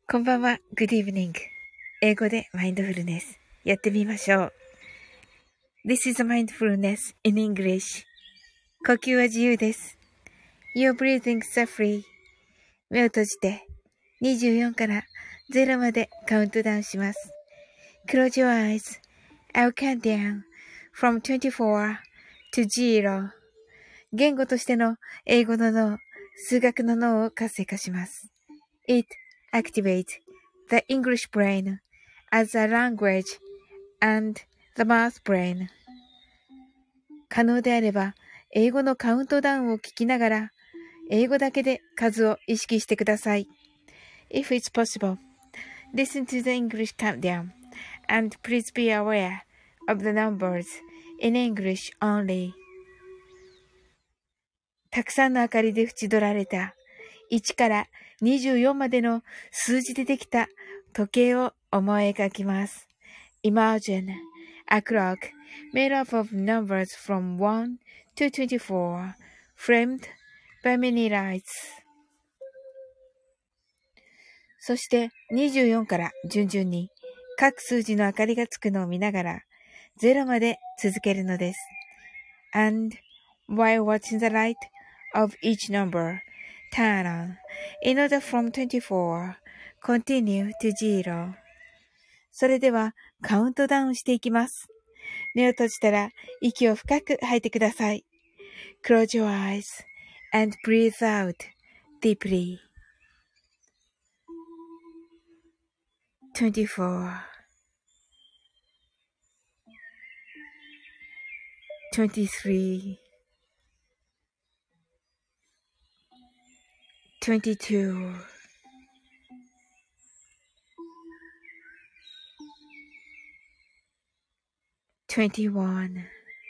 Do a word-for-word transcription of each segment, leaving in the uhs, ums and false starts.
こんばんは。Good evening. 英語でマインドフルネス。やってみましょう。This is mindfulness in English. 呼吸は自由です。Your breathing is free. 目を閉じてにじゅうよんからゼロまでカウントダウンします。Close your eyes. I'll count down from twenty-four to zero. 言語としての英語の脳、数学の脳を活性化します。It activates the English brain as a language and the math brain. 可能であれば、英語のカウントダウンを聞きながら、英語だけで数を意識してください。If it's possible, listen to the English countdown and please be aware of the numbers in English only. たくさんの明かりで縁取られたいちからにじゅうよんまでの数字でできた時計を思い描きます。Imagine a clock made up of numbers from one to twenty-four, framed by many lights. そしてにじゅうよんから順々に各数字の明かりがつくのを見ながらゼロまで続けるのです。And while watching the light of each number, turn on in order from twenty-four, continue to zero. それではカウントダウンしていきます。目を閉じたら息を深く吐いてください。Close your eyes and breathe out deeply. twenty-four, twenty-three, twenty-two, twenty-one,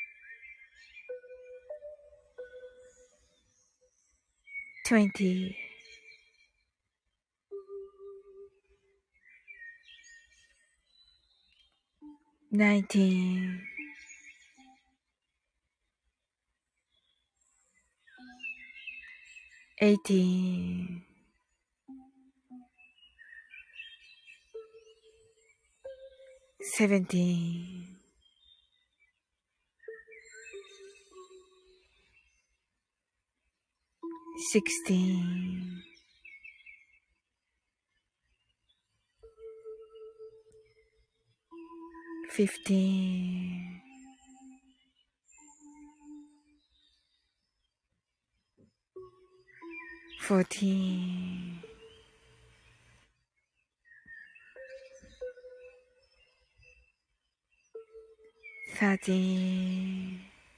twenty, nineteen, eighteen, seventeen, sixteen, fifteen, fourteen, thirteen,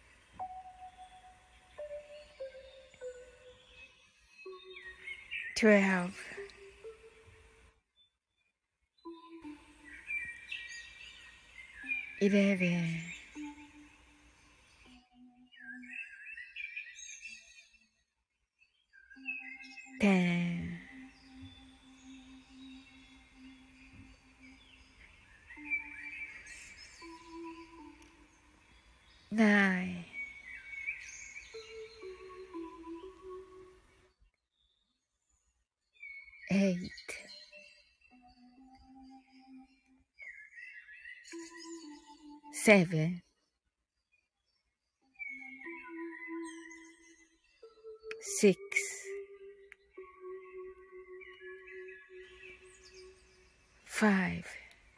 twelve, eleven, ten, nine, eight, seven, six, five,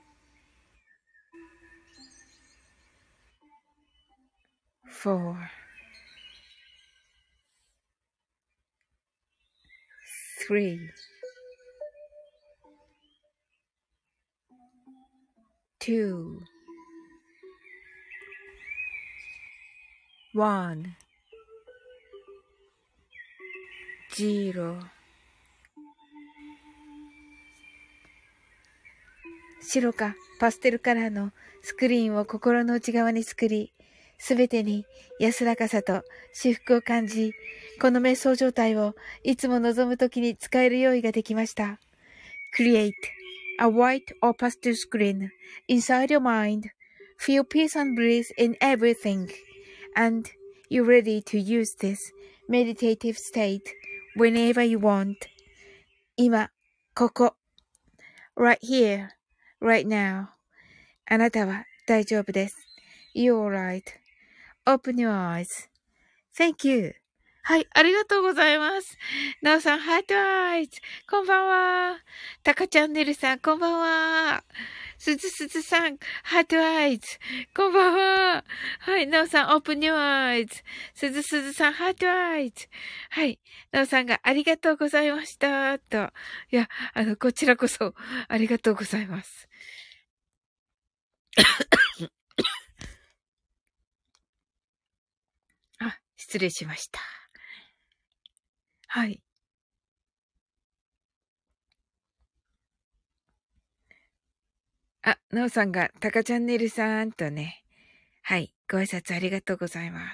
four, three, two, one, zero. 白かパステルカラーのスクリーンを心の内側に作り、すべてに安らかさと至福を感じ、この瞑想状態をいつも望むときに使える用意ができました。Create a white or pastel screen inside your mind. Feel peace and bliss in everything. And you're ready to use this meditative state whenever you want. 今、ここ。 right here, right now. あなたは大丈夫です。You're right.Open your eyes.Thank you. はい、ありがとうございます。なおさん、ハートアイズ。こんばんは。たかチャンネルさん、こんばんは。すずすずさん、ハートアイズ。こんばんは。はい、なおさん、オープンニューアイズ。すずすずさん、ハートアイズ。はい、なおさんがありがとうございました。と。いや、あの、こちらこそ、ありがとうございます。あ、失礼しました。はい。あ、なおさんが、たかチャンネルさんとね。はい。ご挨拶ありがとうございます。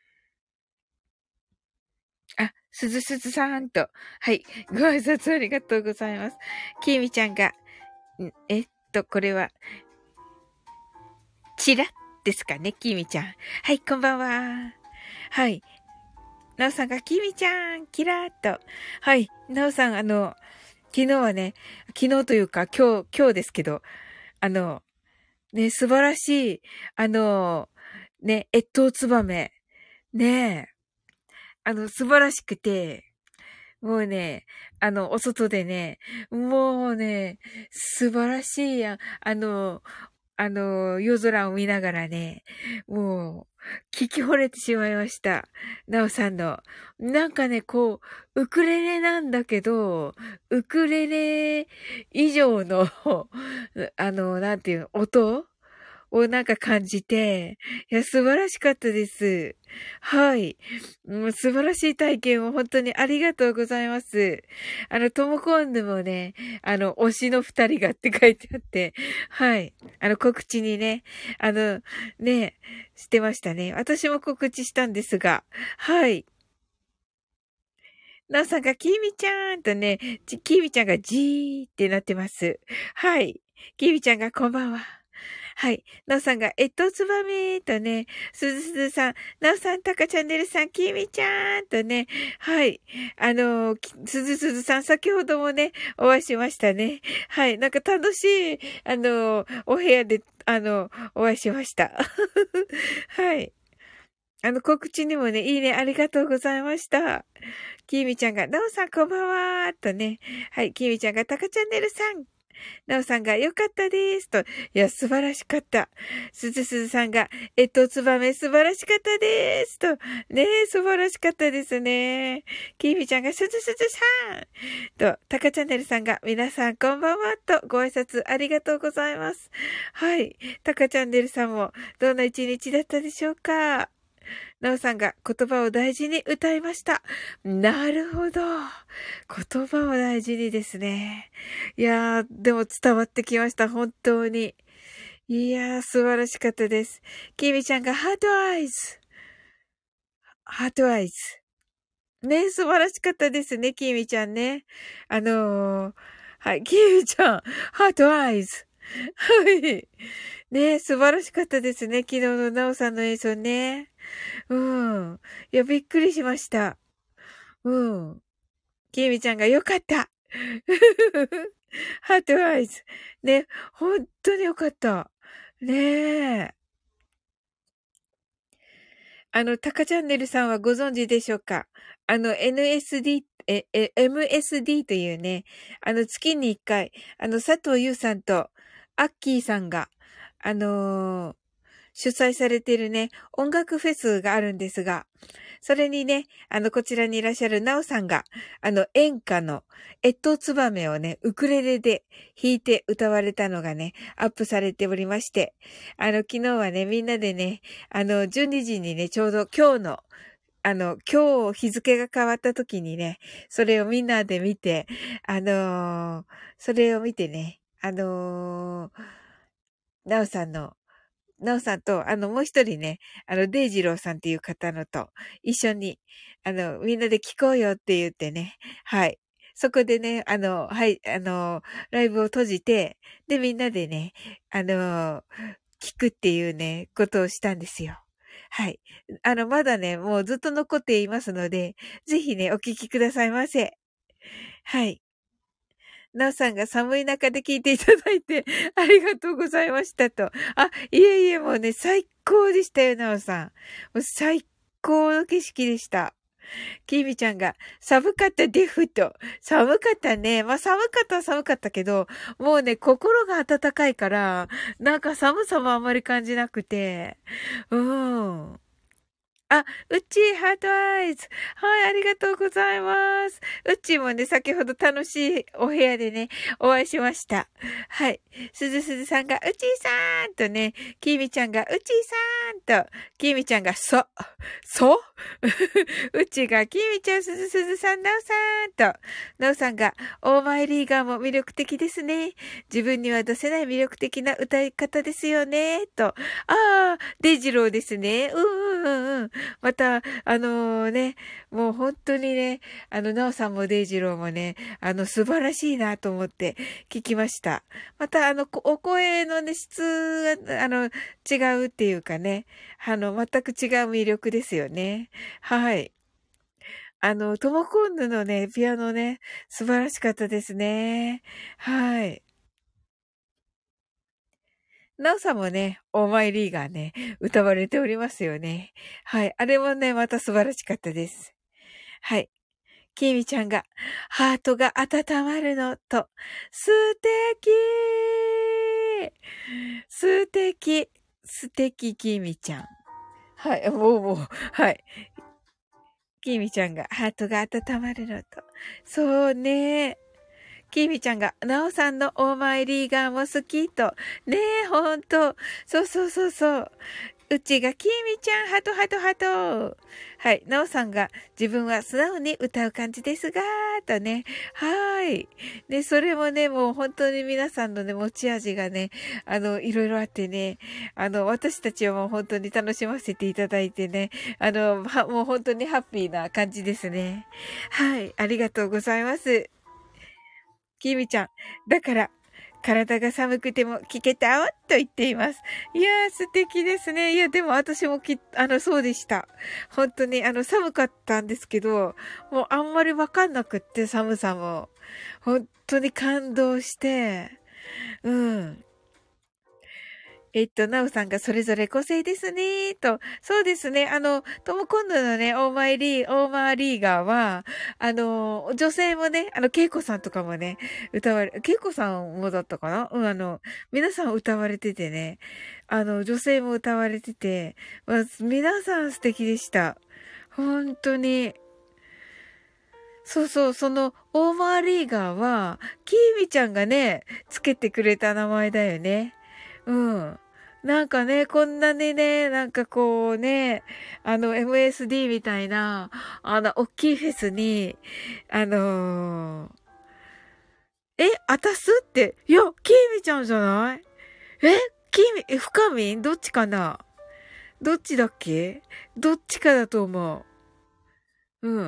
あ、すずすずさんと。はい。ご挨拶ありがとうございます。きみちゃんが、んえっと、これは、チラですかね、きみちゃん。はい、こんばんは。はい。なおさんが、きみちゃん、キラーっと。はい。なおさん、あの、昨日はね、昨日というか、今日、今日ですけど、あの、ね、素晴らしい、あの、ね、越冬ツバメ。ねえ、あの、素晴らしくて、もうね、あの、お外でね、もうね、素晴らしいやん。あの、あの、夜空を見ながらね、もう、聞き惚れてしまいました。なおさんの。なんかね、こう、ウクレレなんだけど、ウクレレ以上の、あの、なんていうの、音をなんか感じて、いや、素晴らしかったです。はい。もう素晴らしい体験を本当にありがとうございます。あの、トモコンヌもね、あの、推しの二人がって書いてあって、はい。あの、告知にね、あの、ね、してましたね。私も告知したんですが、はい。なおさんが、きみちゃんとね、きみちゃんがじーってなってます。はい。きみちゃんがこんばんは。はい。なおさんが、えっと、つばめとね、すずすずさん、なおさん、たかチャンネルさん、きみちゃんとね、はい。あの、すずすずさん、先ほどもね、お会いしましたね。はい。なんか楽しい、あの、お部屋で、あの、お会いしました。はい。あの、告知にもね、いいね、ありがとうございました。きみちゃんが、なおさんこんばんはとね。はい、きみちゃんが、たかチャンネルさん。なおさんが、よかったですと。いや、素晴らしかった。すずすずさんが、えっと、つばめ素晴らしかったですと。ねえ、素晴らしかったですね。きみちゃんが、すずすずさんと、たかチャンネルさんが、皆さんこんばんはと、ご挨拶ありがとうございます。はい。たかチャンネルさんも、どんな一日だったでしょうか。なおさんが言葉を大事に歌いました。なるほど。言葉を大事にですね。いやー、でも伝わってきました。本当に。いやー、素晴らしかったです。きみちゃんがハートアイズ。ハートアイズ。ね、素晴らしかったですね、きみちゃんね。あのー、はい、きみちゃん、ハートアイズ。はい。ね、素晴らしかったですね、昨日のなおさんの演奏ね。うん。いや、びっくりしました。うん。きみちゃんがよかった。ハートアイズ。ね、本当によかった。ねえ。あの、タカチャンネルさんはご存知でしょうか？あの、エヌエスディー、え、え、エムエスディー というね、あの、月にいっかい、あの、佐藤優さんと、アッキーさんが、あのー主催されているね、音楽フェスがあるんですが、それにね、あの、こちらにいらっしゃるなおさんが、あの、演歌の、越冬つばめをね、ウクレレで弾いて歌われたのがね、アップされておりまして、あの、昨日はね、みんなでね、あの、じゅうにじにね、ちょうど今日の、あの、今日日付が変わった時にね、それをみんなで見て、あのーそれを見てね、あのーなおさんのなおさんと、あの、もう一人ね、あの、デイジローさんっていう方のと、一緒に、あの、みんなで聞こうよって言ってね、はい。そこでね、あの、はい、あの、ライブを閉じて、で、みんなでね、あの、聞くっていうね、ことをしたんですよ。はい。あの、まだね、もうずっと残っていますので、ぜひね、お聞きくださいませ。はい。 なおさんが寒い中で聞いていただいてありがとうございましたと。あ、いえいえ、もうね、最高でしたよ、なおさん。もう最高の景色でした。きみちゃんが、寒かったデフと。寒かったね。まあ、寒かったは寒かったけど、もうね、心が暖かいから、なんか寒さもあまり感じなくて、うん。あ、うっちー、ハートアイズ。はい、ありがとうございます。うっちーもね、先ほど楽しいお部屋でね、お会いしました。はい。すずすずさんが、うちーさんとね、きみちゃんが、うちーさんと、きみちゃんが、そ、そううちが、きみちゃん、すずすずさん、なおさんと、なおさんが、オーマイリーガーも魅力的ですね。自分には出せない魅力的な歌い方ですよね。と、ああ、デイジローですね。うんうんうんうん。また、あのね、もう本当にね、あの、なおさんもデイジローもね、あの、素晴らしいなと思って聞きました。また、あの、お声のね、質が、あの、違うっていうかね、あの、全く違う魅力ですよね。はい。あの、トモコンヌのね、ピアノね、素晴らしかったですね。はい。なおさんもね、オーマイリーガーね、歌われておりますよね。はい。あれもね、また素晴らしかったです。はい。きみちゃんが、ハートが温まるのと、素敵素敵素敵きみちゃん。はい、もうもう、はい。きみちゃんが、ハートが温まるのと。そうね。きみちゃんが、なおさんのオーマイリーガーも好きと。ねえ、ほんと。そうそうそうそう。うちがきみちゃん、ハトハトハト。はい。なおさんが、自分は素直に歌う感じですが、とね。はい。で、それもね、もう本当に皆さんのね、持ち味がね、あの、いろいろあってね、あの、私たちはもう本当に楽しませていただいてね、あの、はもう本当にハッピーな感じですね。はい。ありがとうございます。きみちゃん。だから、体が寒くても聞けたわと言っています。いやー、素敵ですね。いや、でも私もき、あの、そうでした。本当に、あの、寒かったんですけど、もうあんまりわかんなくって、寒さも。本当に感動して、うん。えっと、なおさんがそれぞれ個性ですね、と。そうですね。あの、トムコンヌのね、オーマイリー、オーマーリーガーは、あの、女性もね、あの、ケイコさんとかもね、歌われ、ケイコさんもだったかなうん、あの、皆さん歌われててね、あの、女性も歌われてて、まあ、皆さん素敵でした。本当に。そうそう、その、オーマーリーガーは、キーミちゃんがね、つけてくれた名前だよね。うん。なんかね、こんなにね、なんかこうね、あの、エムエスディー みたいな、あの、大きいフェスに、あのーえ、あたすって、いや、キーミちゃんじゃない？え、キーミ、え、深みどっちかな？どっちだっけ？どっちかだと思う。うん。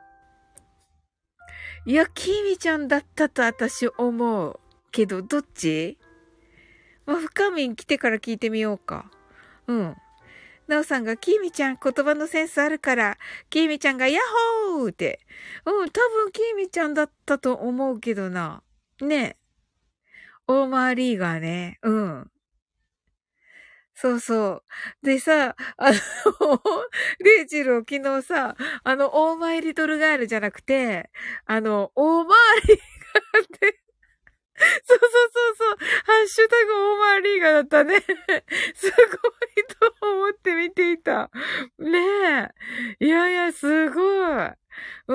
いや、キーミちゃんだったと私思う。けど、どっち？まあ、深みん来てから聞いてみようか。うん。なおさんが、きーみちゃん言葉のセンスあるから、きーみちゃんがヤッホーって。うん、多分きーみちゃんだったと思うけどな。ねえ。オーマーリーガーね。うん。そうそう。でさ、あの、レイジロー昨日さ、あの、オーマイリトルガールじゃなくて、あの、オーマーリーガーって、そうそうそうそう、ハッシュタグオーマーリーガーだったね。すごいと思って見ていた。ねえ。いやいや、すごい。うん。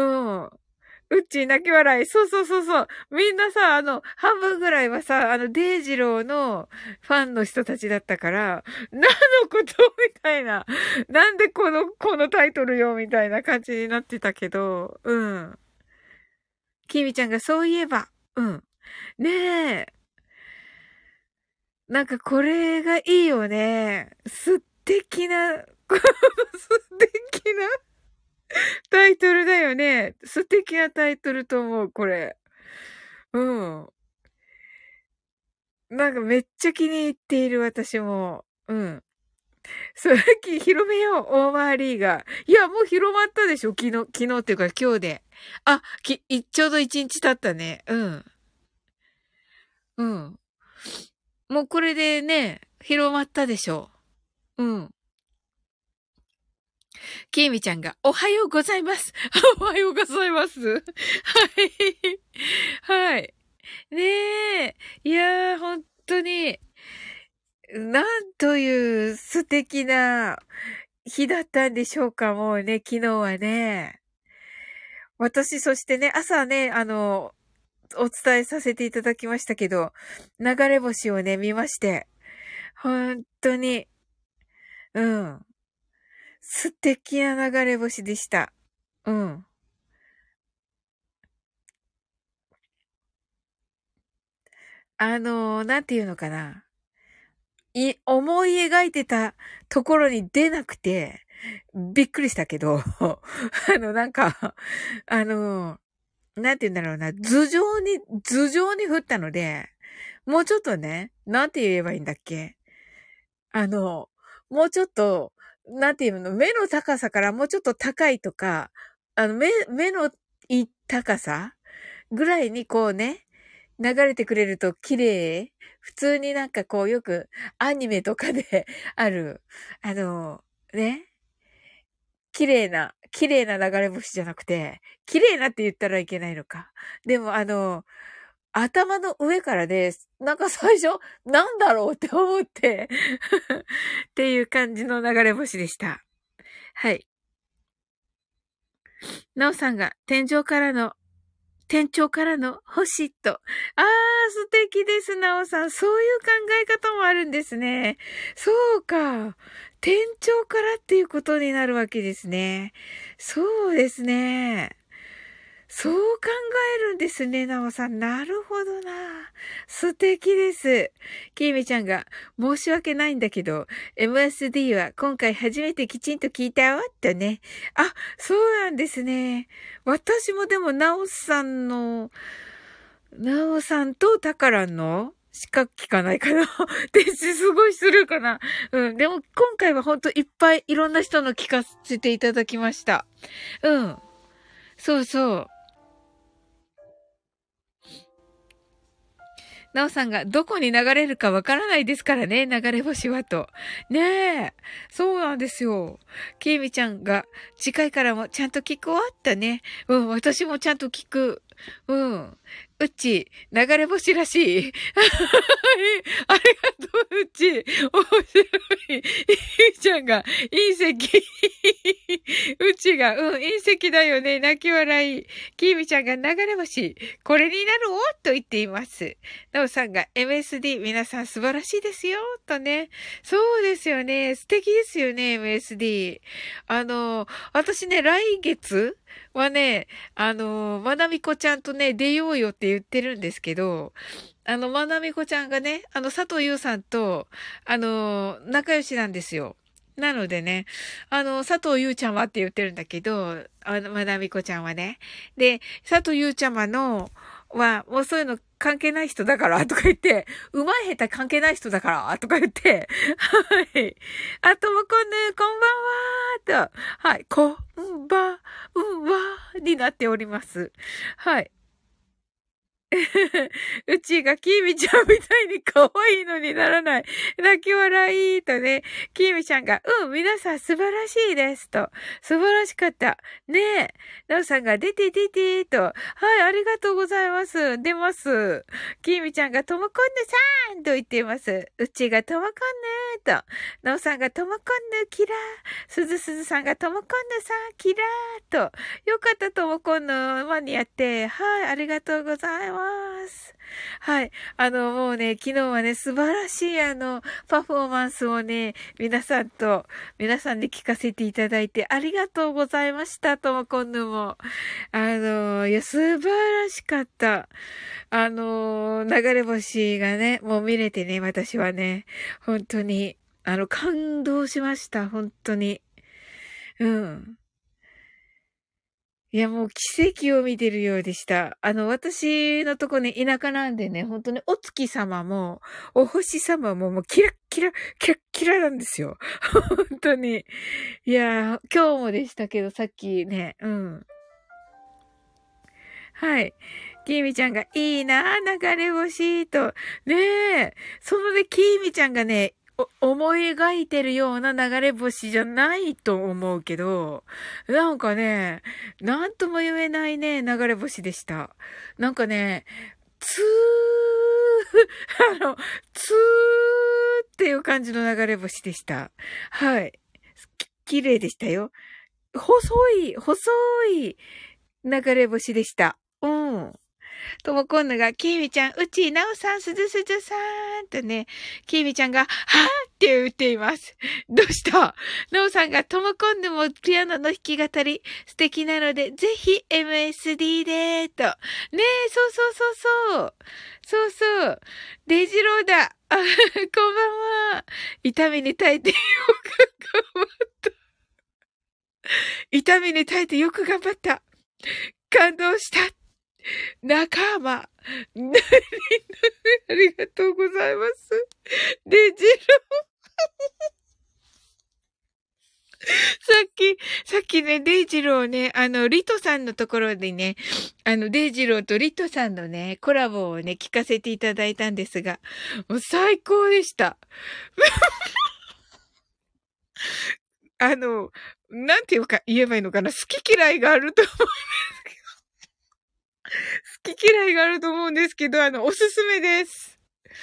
うっちー泣き笑い。そうそうそうそう。みんなさ、あの、半分ぐらいはさ、あの、デイジローのファンの人たちだったから、何のことみたいな。なんでこの、このタイトルよみたいな感じになってたけど、うん。きみちゃんがそういえば、うん。ねえ。なんかこれがいいよね。素敵な、素敵なタイトルだよね。素敵なタイトルと思う、これ。うん。なんかめっちゃ気に入っている、私も。うん。そう、広めよう、オーバーリーガー。いや、もう広まったでしょ昨日、昨日っていうか今日で。あ、き、いちょうど一日経ったね。うん。 うん。もうこれでね、広まったでしょう。うん。きえみちゃんが、おはようございます。おはようございます。はい。はい。ねえ。いやー、本当に、なんという素敵な日だったんでしょうか、もうね、昨日はね。私、そしてね、朝ね、あの、お伝えさせていただきましたけど、流れ星をね、見まして、本当に、うん、素敵な流れ星でした。うん。あの、なんていうのかな。い、思い描いてたところに出なくて、びっくりしたけど、あの、なんか、あの、なんて言うんだろうな、頭上に、頭上に降ったので、もうちょっとね、なんて言えばいいんだっけ。あの、もうちょっと、なんていうの、目の高さからもうちょっと高いとか、あの、目、目のい高さぐらいにこうね、流れてくれると綺麗。普通になんかこうよくアニメとかである、あの、ね、綺麗な、綺麗な流れ星じゃなくて、綺麗なって言ったらいけないのか。でもあの、頭の上からです。なんか最初、なんだろうって思ってっていう感じの流れ星でした。はい。なおさんが天井からの天頂からの星と。ああ、素敵です、なおさん。そういう考え方もあるんですね。そうか。天頂からっていうことになるわけですね。そうですね。そう考えるんですね、なおさん。なるほどな。素敵です。きーみちゃんが、申し訳ないんだけど、エムエスディー は今回初めてきちんと聞いたわ、とね。あ、そうなんですね。私もでも、なおさんの、なおさんとタカランのしか聞かないかなってすごいするかな。うん。でも今回はほんといっぱいいろんな人の聞かせていただきました。うん。そうそう。なおさんがどこに流れるかわからないですからね、流れ星はと。ねえ。そうなんですよ。きえみちゃんが次回からもちゃんと聞くわったね。うん、私もちゃんと聞く。うん。うち、流れ星らしい。ありがとう、うち。面白い。ゆいちゃんが隕石。うちが、うん、隕石だよね。泣き笑い。きえみちゃんが流れ星。これになるおと言っています。なおさんが エムエスディー 皆さん素晴らしいですよ、とね。そうですよね。素敵ですよね、エムエスディー。あの、私ね、来月はね、あの、まなみこちゃんとね、出ようよって言ってるんですけど、あの、まなみこちゃんがね、あの、佐藤優さんと、あの、仲良しなんですよ。なのでね、あの、佐藤優ちゃんはって言ってるんだけど、あの、まなみこちゃんはね。で、佐藤優ちゃまの、は、もうそういうの関係ない人だから、とか言って、うまい下手関係ない人だから、とか言って、はい。あ、ともこんぬ、こんばんは、と、はい、こんばんは、になっております。はい。うちがキーミちゃんみたいに可愛いのにならない。泣き笑いとね、キーミちゃんが、うん、皆さん素晴らしいですと。素晴らしかった。ねえ。なおさんが出て出てと。はい、ありがとうございます。出ます。キーミちゃんがともこんぬさんと言っています。うちがともこんぬと。なおさんがともこんぬキラー。すずすずさんがともこんぬさんキラーと。よかったともこんぬマニアって。はい、ありがとうございます。ます。はい。あの、もうね、昨日はね、素晴らしいあの、パフォーマンスをね、皆さんと、皆さんで聞かせていただいてありがとうございました、ともこんぬも。あの、いや、素晴らしかった。あの、流れ星がね、もう見れてね、私はね、本当に、あの、感動しました、本当に。うん。いや、もう奇跡を見てるようでした。あの、私のとこね、田舎なんでね、本当にお月様も、お星様ももうキラッキラ、キラッキラなんですよ。本当に。いや、今日もでしたけど、さっきね、うん。はい。 きみちゃんがいいな、流れ星と。ねえ。そので、きみちゃんがね、思い描いてるような流れ星じゃないと思うけど、なんかね、なんとも言えないね、流れ星でした。なんかね、つー、あの、つーっていう感じの流れ星でした。はい。き綺麗でしたよ。細い、細い流れ星でした。うん。ともこんぬが、きみちゃん、うち、なおさん、すずすずさーんとね、きみちゃんが、はぁって言っています。どうした？なおさんが、ともこんぬもピアノの弾き語り、素敵なので、ぜひ エムエスディー でーと。ねえ、そうそうそうそう。そうそう。デイジローだ。あ、こんばんは。痛みに耐えてよく頑張った。痛みに耐えてよく頑張った。感動した。仲間。ありがとうございます。デジロー。さっき、さっきね、デイジローね、あの、リトさんのところでね、あの、デイジローとリトさんのね、コラボをね、聞かせていただいたんですが、もう最高でした。あの、なんていうか言えばいいのかな、好き嫌いがあると思う。好き嫌いがあると思うんですけど、あの、おすすめです。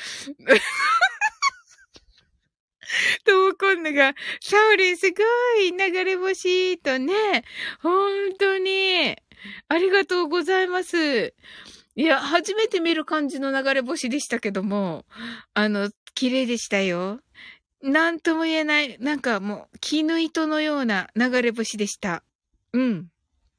ともこんぬが、サオリンすごい流れ星とね、本当に、ありがとうございます。いや、初めて見る感じの流れ星でしたけども、あの、綺麗でしたよ。なんとも言えない、なんかもう、絹糸のような流れ星でした。うん。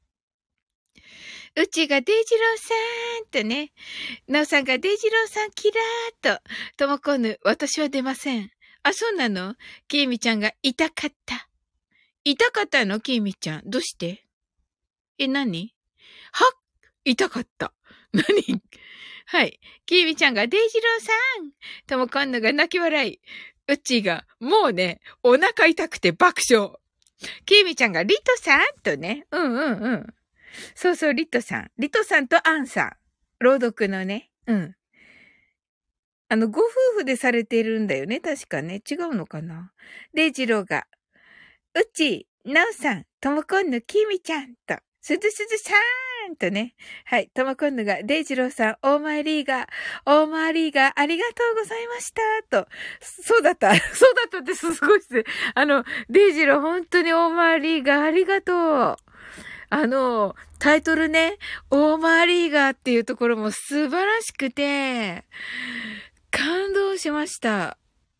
うちがデイジローさんとね、なおさんがデイジローさんキラーと、ともこぬ、私は出ません。あ、そうなの？きみちゃんが痛かった。痛かったの？きみちゃん。どうして？え、何？は？痛かった。何？はい。きみちゃんがデイジローさん。ともこんぬが泣き笑い。うちが、もうね、お腹痛くて爆笑。きみちゃんがリトさんとね。うんうんうん。そうそう、リトさん。リトさんとアンさん。朗読のね。うん。あの、ご夫婦でされてるんだよね。確かね。違うのかな。デイジローが、うち、なおさん、ともこんぬ、きみちゃんと、すずすずさーんとね。はい。ともこんぬが、デイジローさん、オーマイリーガー、オーマイリーガー、ありがとうございました。と。そうだった。そうだったってすごいですね。あの、デイジロー、本当にオーマイリーガー、ありがとう。あの、タイトルね、オーマーリーガーっていうところも素晴らしくて、感動しました。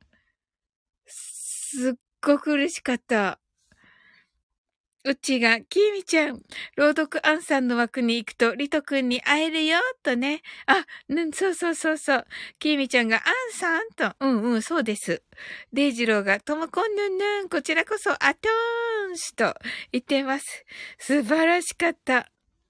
すっごく嬉しかった。うちが、きみちゃん、朗読アンさんの枠に行くと、リトくんに会えるよ、とね。あ、うん、そうそうそうそう。きみちゃんが、アンさんと、うんうん、そうです。デイジローが、ともこんぬんぬん、こちらこそ、あとーんしと言っています。素晴らしかった。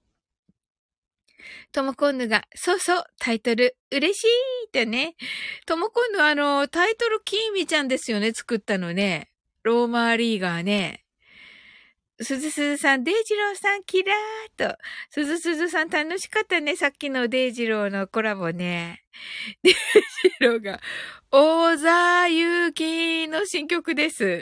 ともこんぬが、そうそう、タイトル、嬉しいってね。ともこんぬあの、タイトルキーミちゃんですよね、作ったのね。ローマーリーガーね。すずすずさん、デイジローさん、キラーと。すずすずさん、楽しかったね。さっきのデイジローのコラボね。デイジローが、大沢ゆきの新曲です。はい。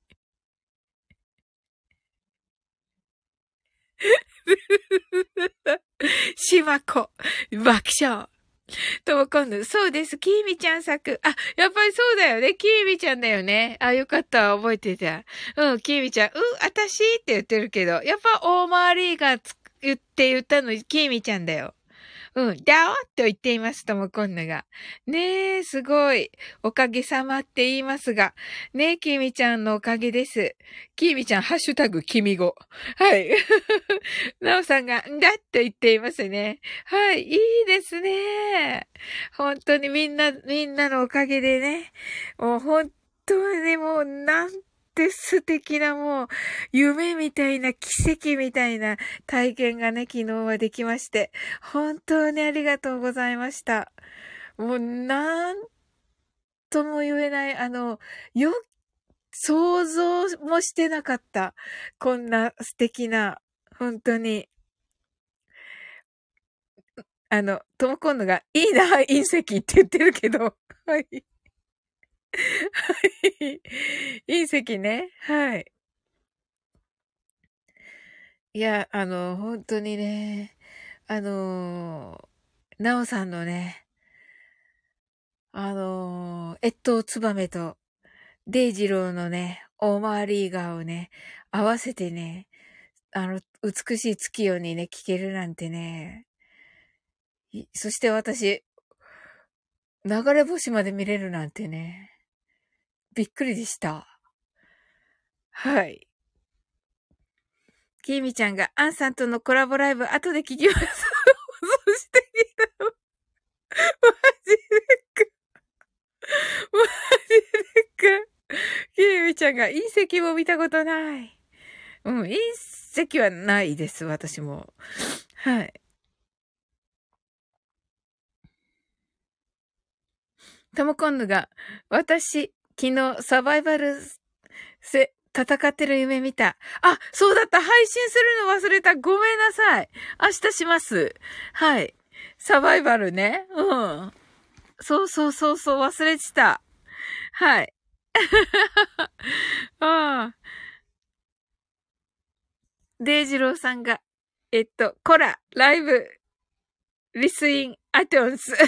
しまこ、爆笑。ともこんぬ、そうです。きーみちゃん作。あ、やっぱりそうだよね。きーみちゃんだよね。あ、よかった。覚えてた。うん、きーみちゃん。うん、あたしって言ってるけど、やっぱ大回りがつ言って言ったの、きーみちゃんだよ。うん、だおと言っていますともこんぬが。ねえ、すごい。おかげさまって言いますが。ねえ、きみちゃんのおかげです。きみちゃん、ハッシュタグ、きみご。はい。なおさんが、んだって言っていますね。はい、いいですね。本当にみんな、みんなのおかげでね。もう本当にもう、なんて素敵なもう、夢みたいな奇跡みたいな体験がね、昨日はできまして、本当にありがとうございました。もう、なんとも言えない、あの、よ、想像もしてなかった。こんな素敵な、本当に。 あの、ともこんのが、いいな、隕石って言ってるけど。はい。はい。隕石ね。はい。いや、あの、本当にね、あの、なおさんのね、あの、越冬ツバメと、デイジローのね、オーマーリーガーをね、合わせてね、あの、美しい月夜にね、聴けるなんてね、いそして私、流れ星まで見れるなんてね、びっくりでした。はい。きみちゃんが、アンさんとのコラボライブ、後で聞きます。そしてきた。マジでか。マジでか。きみちゃんが、隕石も見たことない。うん、隕石はないです、私も。はい。ともこんぬが、私、昨日サバイバルせ、戦ってる夢見た。あ、そうだった。配信するの忘れた。ごめんなさい。明日します。はい。サバイバルね。うん。そうそうそうそう、忘れてた。はい。ああ。デイジローさんが、えっと、コラ、ライブ、リスイン、アトンス。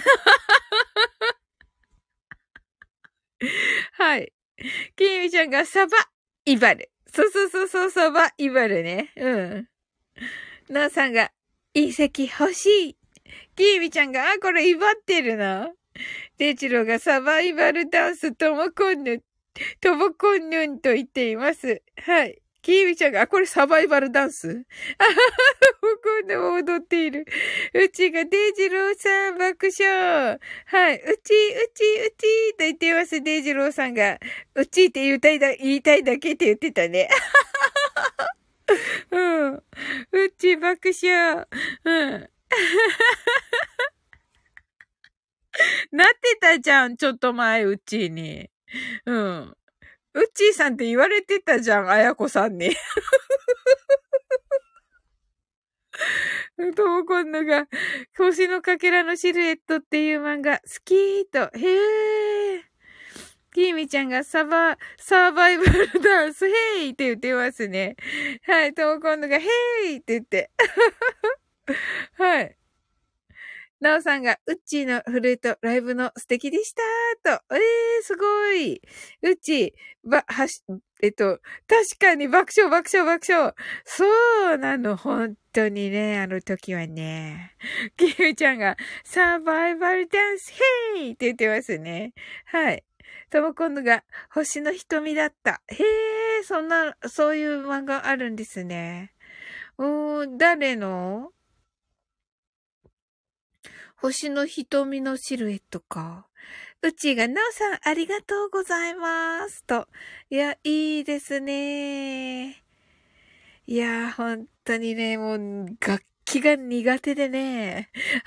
はい。キミちゃんがサバ、イバル。そうそうそうそう、サバ、イバルね。うん。ナオさんが、隕石欲しい。キーミちゃんが、あ、これ威張ってるな。デイチローがサバイバルダンスともこんぬ、ともこんぬんと言っています。はい。キーミちゃんが、あ、これサバイバルダンスあはは、今度も踊っている。うちがデイジローさん爆笑。はい。うち、うち、うちと言っています。デイジローさんが。うちって言いたいだ、言いたいだけって言ってたね。うん。うち爆笑。うん。なってたじゃん、ちょっと前、うちに。うん。うっちーさんって言われてたじゃん、あやこさんに。ともこんのが、星のかけらのシルエットっていう漫画、好きーと。へー。きーみちゃんがサバ、サーバイバルダンス、ヘイって言ってますね。はい、ともこんのが、ヘイって言って。はい。なおさんが、うっちーのフルート、ライブの素敵でしたと。えー、すごい。うっちー、ば、はし、えっと、確かに爆笑爆笑爆笑。そうなの、本当にね、あの時はね。きゆちゃんが、サバイバルダンス、ヘイって言ってますね。はい。とも今度が、星の瞳だった。へえ、そんな、そういう漫画あるんですね。うーん、誰の星の瞳のシルエットか。うちが、なおさん、ありがとうございます。と。いや、いいですね。いや、本当にね、もう、楽器が苦手でね。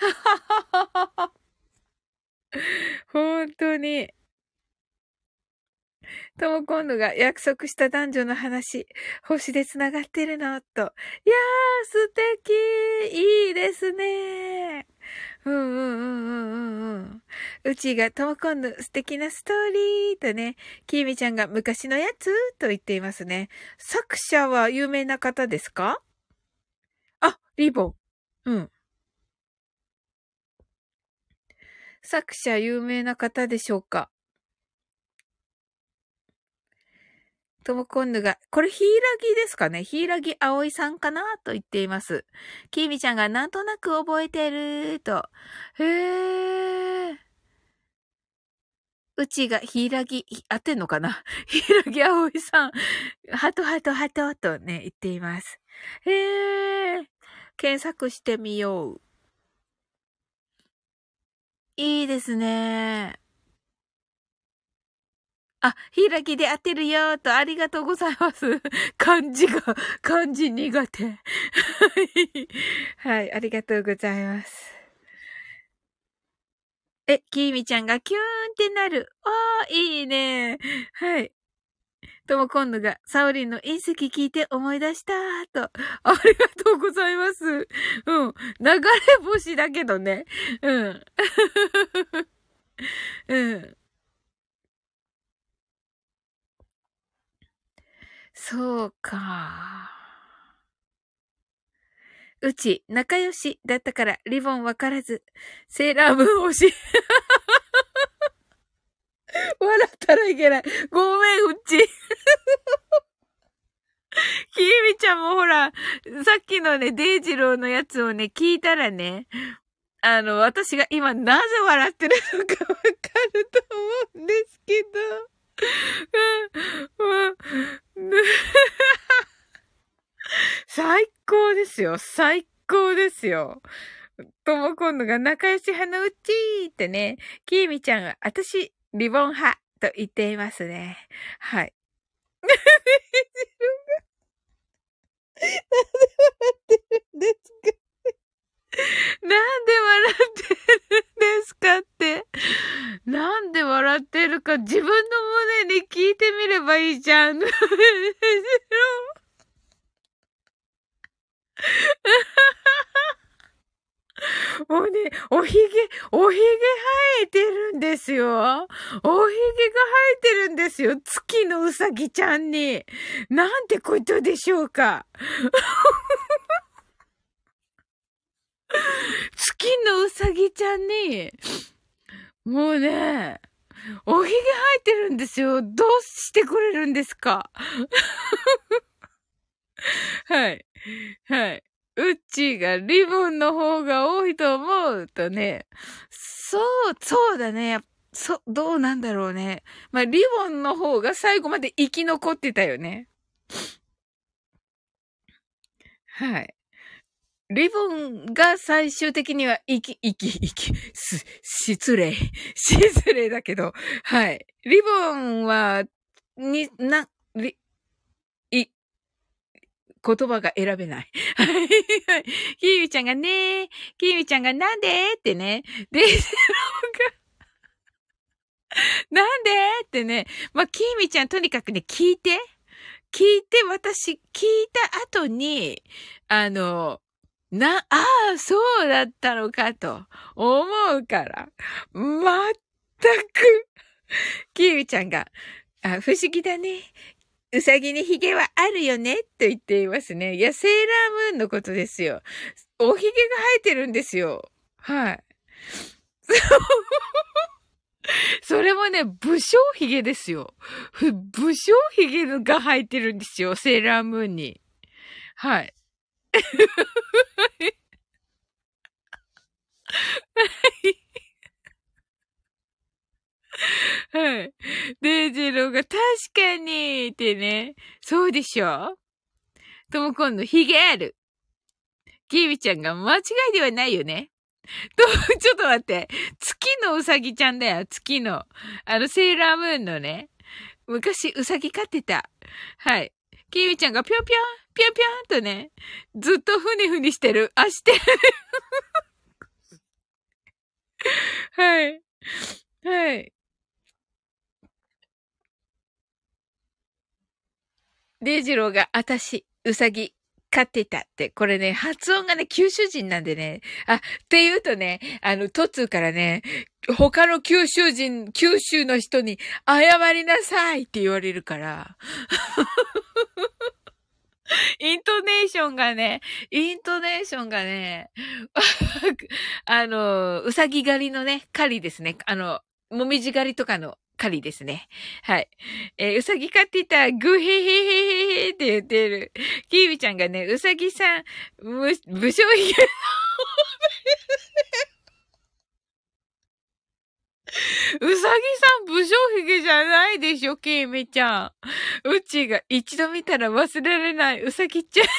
本当に。とも今度が約束した男女の話、星で繋がってるの、と。いやー、素敵いいですね。うんうんうんうんうんうん。うちがともこんぬ素敵なストーリーとね、きみちゃんが昔のやつと言っていますね。作者は有名な方ですか？あ、リボン。うん。作者有名な方でしょうか？ともこんぬが、これ、ヒイラギですかね？ヒイラギあおいさんかなと言っています。きみちゃんがなんとなく覚えてると。へー。うちがヒイラギ、合ってんのかな？ヒイラギあおいさん、ハトハトハトとね、言っています。へー。検索してみよう。いいですね。あ、ヒイラギで合ってるよーと、ありがとうございます。漢字が、漢字苦手。はい。はい、ありがとうございます。え、きみちゃんがキューンってなる。ああ、いいね。はい。 とも今度が、サオリンの隕石聞いて思い出したと。ありがとうございます。うん。流れ星だけどね。うん。うん。そうか。うち、仲良しだったから、リボンわからず、セーラームーン推し。笑ったらいけない。ごめん、うち。きみちゃんもほら、さっきのね、デイジローのやつをね、聞いたらね、あの、私が今なぜ笑ってるのかわかると思うんですけど。うん、うん、最高ですよ。最高ですよ。とも今度が仲良し派のうちーってね、きみちゃんは、私、リボン派と言っていますね。はい。なんで笑ってるんですかなんで笑ってるんですかって。なんで笑ってるか自分の胸に聞いてみればいいじゃん。もうね、おひげ、おひげ生えてるんですよ。おひげが生えてるんですよ。月のうさぎちゃんに。なんてことでしょうか。月のうさぎちゃんに、もうね、おひげ生えてるんですよ。どうしてくれるんですか。はい。はい。うっちーがリボンの方が多いと思うとね、そう、そうだね。そ、どうなんだろうね。まあ、リボンの方が最後まで生き残ってたよね。はい。リボンが最終的には生き、生き、生き、す、失礼。失礼だけど、はい。リボンは、に、な、り、い、言葉が選べない。はい。はい。キーミちゃんがね、キーミちゃんがなんでってね。で、なんでってね。まあ、キーミちゃんとにかくね、聞いて。聞いて、私、聞いた後に、あの、な、ああ、そうだったのかと思うから。まったく、キーミちゃんが、あ、不思議だね。うさぎにヒゲはあるよねと言っていますね。いや、セーラームーンのことですよ。おひげが生えてるんですよ。はい。それもね、武将髭ですよ。武将髭が生えてるんですよ。セーラームーンに。はい。はい。デイジローが確かにってね。そうでしょとも今度髭ある。キービちゃんが間違いではないよね。と、ちょっと待って。月のうさぎちゃんだよ。月の。あの、セーラームーンのね。昔、うさぎ飼ってた。はい。キーミちゃんがぴょんぴょん、ぴょんぴょんとね、ずっとふにふにしてる。あ、してる。はい。はい。デイジローが、あたし、うさぎ、飼ってたって、これね、発音がね、九州人なんでね。あ、って言うとね、あの、トツーからね、他の九州人、九州の人に謝りなさいって言われるから。イントネーションがね、イントネーションがね、あの、うさぎ狩りのね、狩りですね。あの、もみじ狩りとかの狩りですね。はい。えーうさぎ飼っていた、グヘヘヘヘヘって言ってる。キービちゃんがね、うさぎさん、む、武将髭うさぎさん武将髭じゃないでしょ、キーミちゃん。うちが一度見たら忘れられないうさぎちゃん。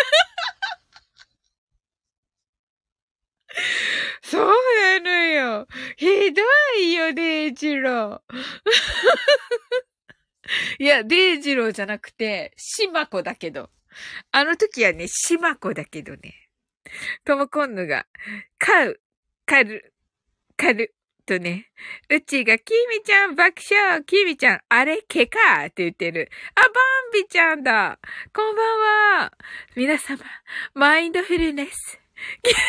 そうなのよ。ひどいよ、デイジロー。いや、デイジローじゃなくて、シマコだけど。あの時はね、シマコだけどね。トモコンヌが、飼う、狩る、狩る、 とね、うちが、きみちゃん爆笑、きみちゃん、あれ、毛かって言ってる。あ、バンビちゃんだ。こんばんは。皆様、マインドフルネス。きみち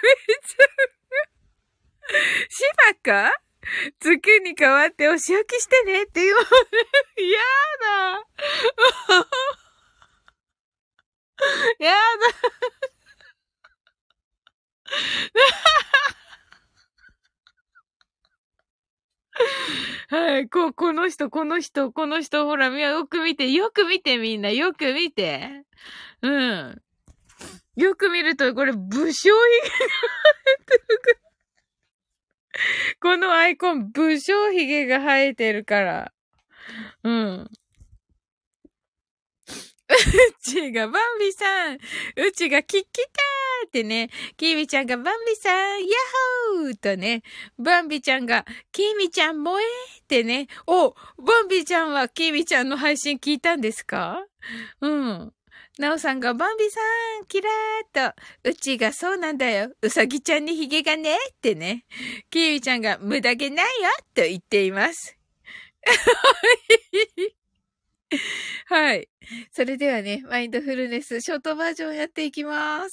ゃん、しばかつくに代わってお仕置きしてねって言う。やだ。やだ。はい、こ、この人、この人、この人、ほら、みよく見て、よく見てみんな、よく見て。うん。よく見ると、これ、武将髭が生えてるから。このアイコン、武将髭が生えてるから。うん。うちがバンビさん、うちが聞きたーってね、キミちゃんがバンビさん、ヤッホーとね、バンビちゃんが、キミちゃん萌えってね、お、バンビちゃんはキミちゃんの配信聞いたんですか？うん。なおさんがバンビさん、キラーっと、うちがそうなんだよ。うさぎちゃんにヒゲがねってね、キミちゃんが無駄毛ないよと言っています。はい。それではね、マインドフルネスショートバージョンやっていきます。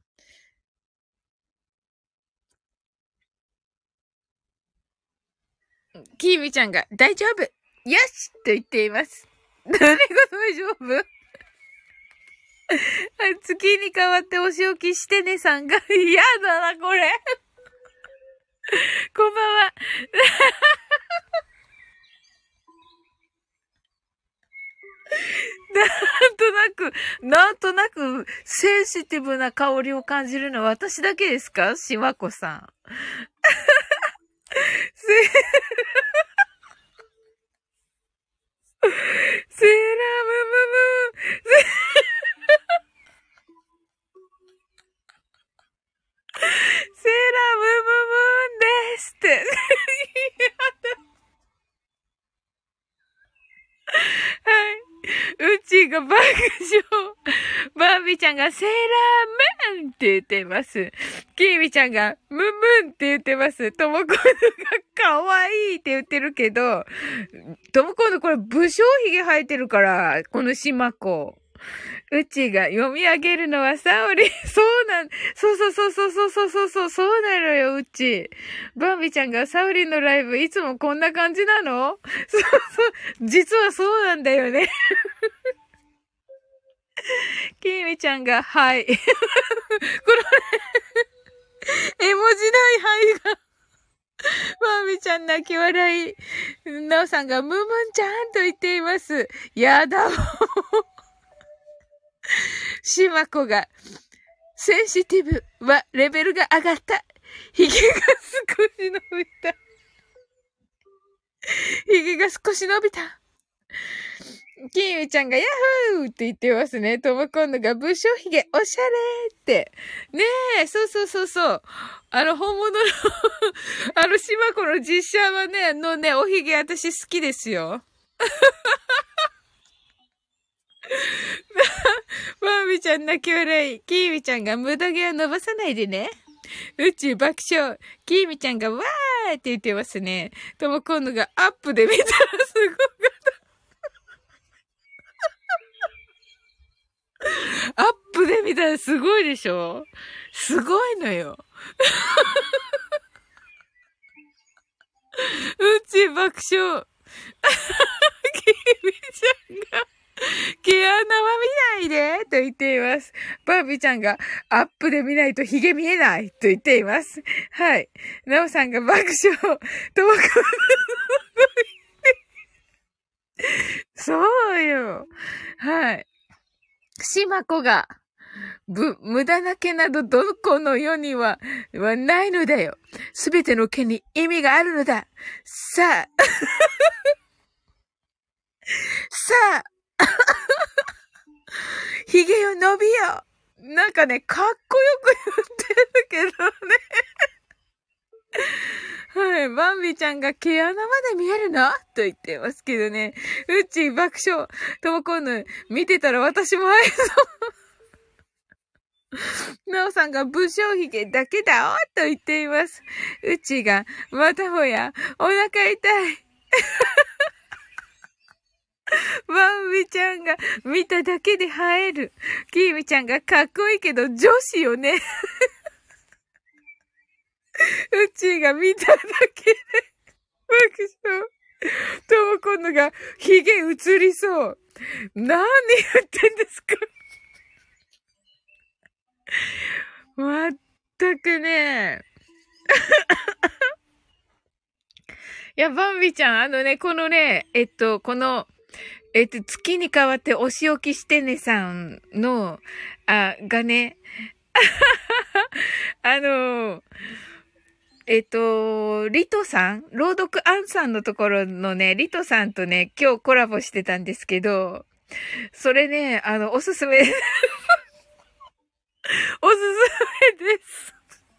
キーミちゃんが大丈夫よしと言っています。誰が大丈夫？月に代わってお仕置きしてねさんが嫌だな、これ。こんばんは。なんとなく、なんとなく、センシティブな香りを感じるのは私だけですか？しわこさん。セーラームムムセーラームムムーンですって。やだ。はい。うちが爆笑。バービーちゃんがセーラームーンって言ってます。キーミちゃんがムムンって言ってます。ともこんのが可愛いって言ってるけど、ともこんのこれ武将髭生えてるから、この島子。うちが読み上げるのはサオリ。そうなん、そうそうそうそうそうそうそうそう、そうなのよ、うち。バンビちゃんがサオリのライブいつもこんな感じなの？そうそう、実はそうなんだよね。キーミちゃんが、はい。この、絵文字ないはいが。バンビちゃん泣き笑い。ナオさんがムムンちゃんと言っています。やだもん。シマコが、センシティブはレベルが上がった。ヒゲが少し伸びた。ヒゲが少し伸びた。キーミちゃんがヤッホーって言ってますね。ともこんのが武将髭おしゃれって。ねえ、そうそうそうそう。あの本物のあの島子の実写はね、のね、お髭私好きですよ。バービーちゃん泣き笑い。キーミちゃんが無駄毛は伸ばさないでね。うち爆笑。キーミちゃんがわーって言ってますね。とも今度がアップで見たらすごかった。アップで見たらすごいでしょ？すごいのよ。うち爆笑。キーミちゃんが毛穴は見ないでと言っています。バービーちゃんがアップで見ないとヒゲ見えないと言っています。はい。ナオさんが爆笑。ともくんそうよ。はい。しまこが、ぶ、無駄な毛などどこの世には、はないのだよ。すべての毛に意味があるのだ。さあ。さあ。ヒゲよ伸びよ。なんかね、かっこよく言ってるけどね。はい。バンビちゃんが毛穴まで見えるなと言ってますけどね。うっちー爆笑。ともこんぬ、見てたら私も会えそう。 なおさんが武将髭だけだおと言っています。うちが、またもや、お腹痛い。バンビちゃんが見ただけで映える。キーミちゃんがかっこいいけど女子よね。うちが見ただけで爆笑。とも今度が髭映りそう。何言ってんですか。まったくね。いや、バンビちゃん、あのね、このね、えっと、この、えっと、月に変わってお仕置きしてねさんの、あ、がね、あの、えっと、リトさん朗読アンさんのところのね、リトさんとね、今日コラボしてたんですけど、それね、あの、おすすめ、おすすめです。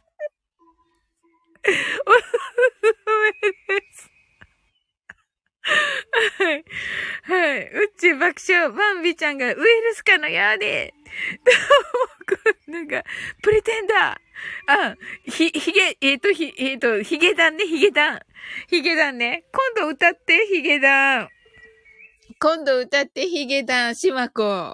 おすすめです。はい。はい。うっち爆笑。バンビちゃんがウイルスかのようで。ともくんが、プリテンダー。あ、ひ、ひげ、えっ、ー、と、ひ、えっ、ー、と、ヒゲダンね、ヒゲダン。ヒゲダンね。今度歌って、ヒゲダン。今度歌って、ヒゲダン、シマコ。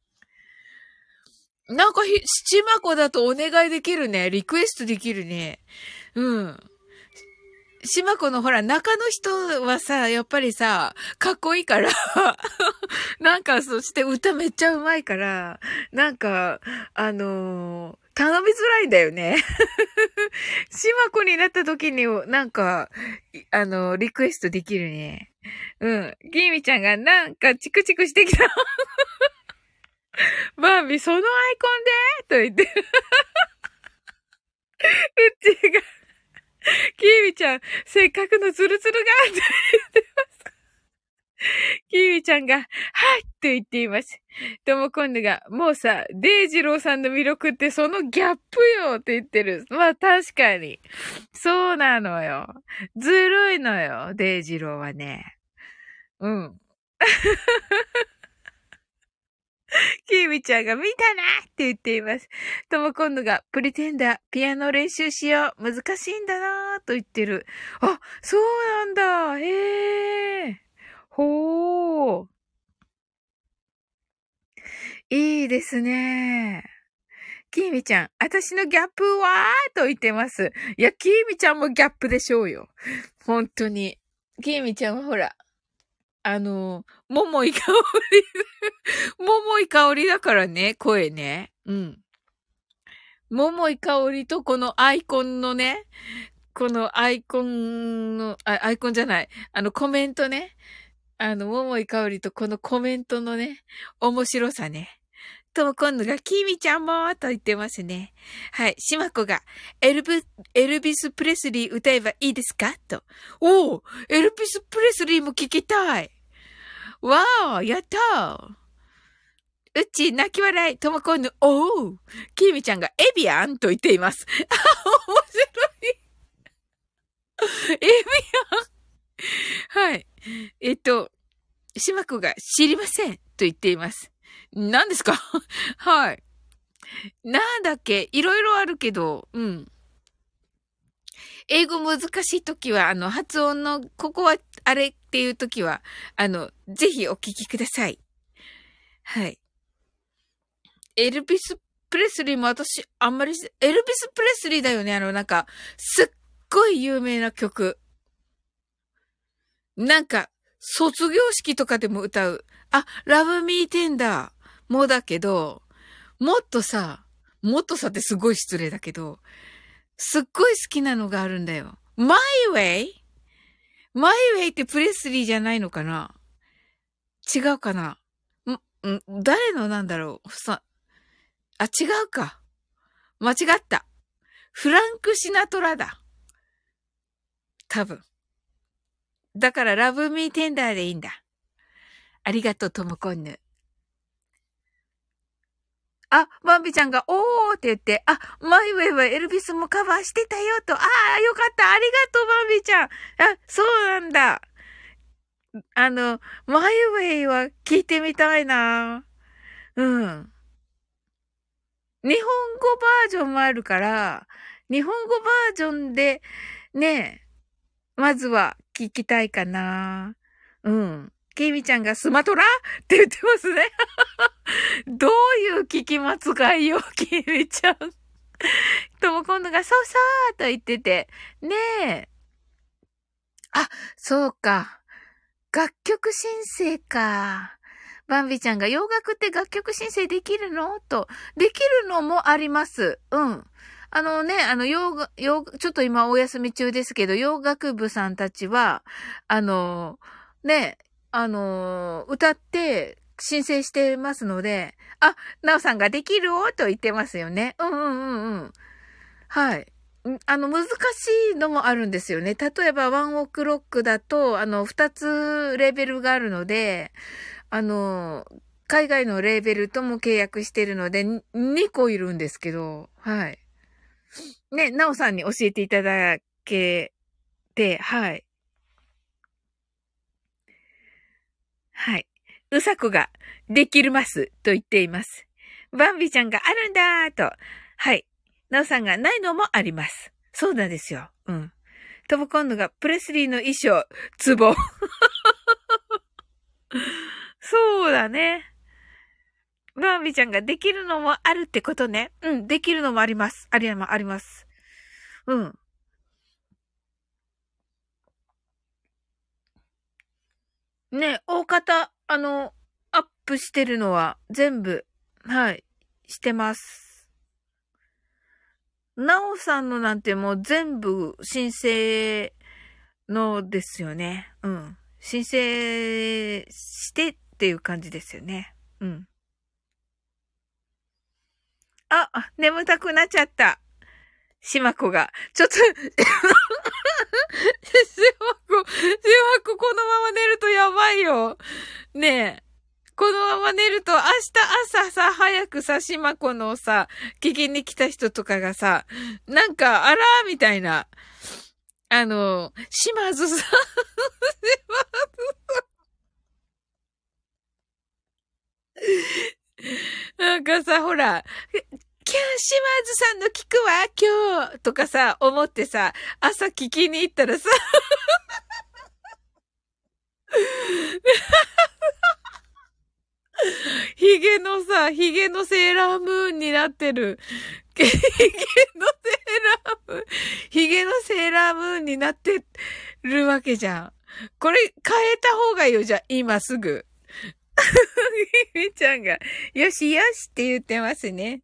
なんかひ、シマコだとお願いできるね。リクエストできるね。うん。島子のほら、中の人はさ、やっぱりさ、かっこいいからなんか、そして歌めっちゃうまいから、なんか、あのー、頼みづらいんだよね。島子になった時に、なんか、あのー、リクエストできるね。うん。ギーミちゃんがなんかチクチクしてきた。バービー、そのアイコンでと言って。うちが。キーミちゃん、せっかくのツルツルがって言ってます。キーミちゃんが、はいって言っています。とも今度が、もうさ、デイジローさんの魅力ってそのギャップよって言ってる。まあ確かに。そうなのよ。ずるいのよ、デイジローはね。うん。キーミちゃんが見たなって言っています。とも今度が、プリテンダー、ピアノ練習しよう。難しいんだなーと言ってる。あ、そうなんだ。へえ。ほー。いいですね。キーミちゃん、私のギャップはーと言ってます。いや、キーミちゃんもギャップでしょうよ。本当に。キーミちゃんはほら、あの、桃井香り、桃井香りだからね、声ね。うん。桃井香りとこのアイコンのね、このアイコンの、あ、アイコンじゃない、あのコメントね。あの、桃井香りとこのコメントのね、面白さね。とも今度が、キミちゃんもーと言ってますね。はい。しまこが、エルブ、エルビス・プレスリー歌えばいいですかと。おーエルビス・プレスリーも聞きたい。わーやったーうち、泣き笑い、ともこんぬ、おーきみちゃんが、エビアンと言っています。あ、面白い。エビアンはい。えっと、しまこが、知りませんと言っています。何ですかはい。なんだっけいろいろあるけど、うん。英語難しいときは、あの、発音の、ここは、あれっていうときは、あの、ぜひお聞きください。はい。エルビス・プレスリーも私、あんまり、エルビス・プレスリーだよね。あの、なんか、すっごい有名な曲。なんか、卒業式とかでも歌う。あ、ラブ・ミー・テンダーもだけど、もっとさ、もっとさってすごい失礼だけど、すっごい好きなのがあるんだよ。My Way? My Way ってプレスリーじゃないのかな違うかなんん誰のなんだろうさ、あ、違うか。間違った。フランク・シナトラだ。多分。だから、ラブ・ミー・テンダーでいいんだ。ありがとう、ともこんぬ。あ、バンビちゃんが、おーって言って、あ、マイウェイはエルビスもカバーしてたよと。ああ、よかった。ありがとう、バンビちゃん。あ、そうなんだ。あの、マイウェイは聞いてみたいな。うん。 日本語バージョンもあるから、日本語バージョンで、ね、まずは聞きたいかな。うん。ケイミちゃんがスマトラって言ってますね。どういう聞き間違いよ、ケイミちゃん。とも今度がそうそうと言ってて。ねえ。あ、そうか。楽曲申請か。バンビちゃんが洋楽って楽曲申請できるのと。できるのもあります。うん。あのね、あの、洋楽、洋、ちょっと今お休み中ですけど、洋楽部さんたちは、あの、ね、あの、歌って申請してますので、あ、なおさんができるおと言ってますよね。うんうんうんうん。はい。んあの、難しいのもあるんですよね。例えば、ワンオクロックだと、あの、二つレーベルがあるので、あの、海外のレーベルとも契約してるので、ににこいるんですけど、はい。ね、なおさんに教えていただけて、はい。はい。うさこが、できるますと言っています。バンビちゃんがあるんだーと。はい。なおさんがないのもあります。そうなんですよ。うん。トムコンヌがプレスリーの衣装、ツボ。そうだね。バンビちゃんができるのもあるってことね。うん、できるのもあります。ありま、あります。うん。ね、大方、あの、アップしてるのは全部、はい、してます。なおさんのなんてもう全部申請のですよね。うん。申請してっていう感じですよね。うん。あ、眠たくなっちゃった。しまこが。ちょっとしまこ、しまここのまま寝るとやばいよ。ねえ。このまま寝ると明日朝さ、早くさ、しまこのさ、聞きに来た人とかがさ、なんか、あらーみたいな。あの、島津さん、島なんかさ、ほら、キャン島津さんの聞くわ、今日とかさ、思ってさ、朝聞きに行ったらさ、ヒゲのさ、ヒゲのセーラームーンになってる。ヒゲのセーラームーン、ヒゲのセーラームーンになってるわけじゃん。これ変えた方がいいよ、じゃあ、今すぐ。みちゃんが、よしよしって言ってますね。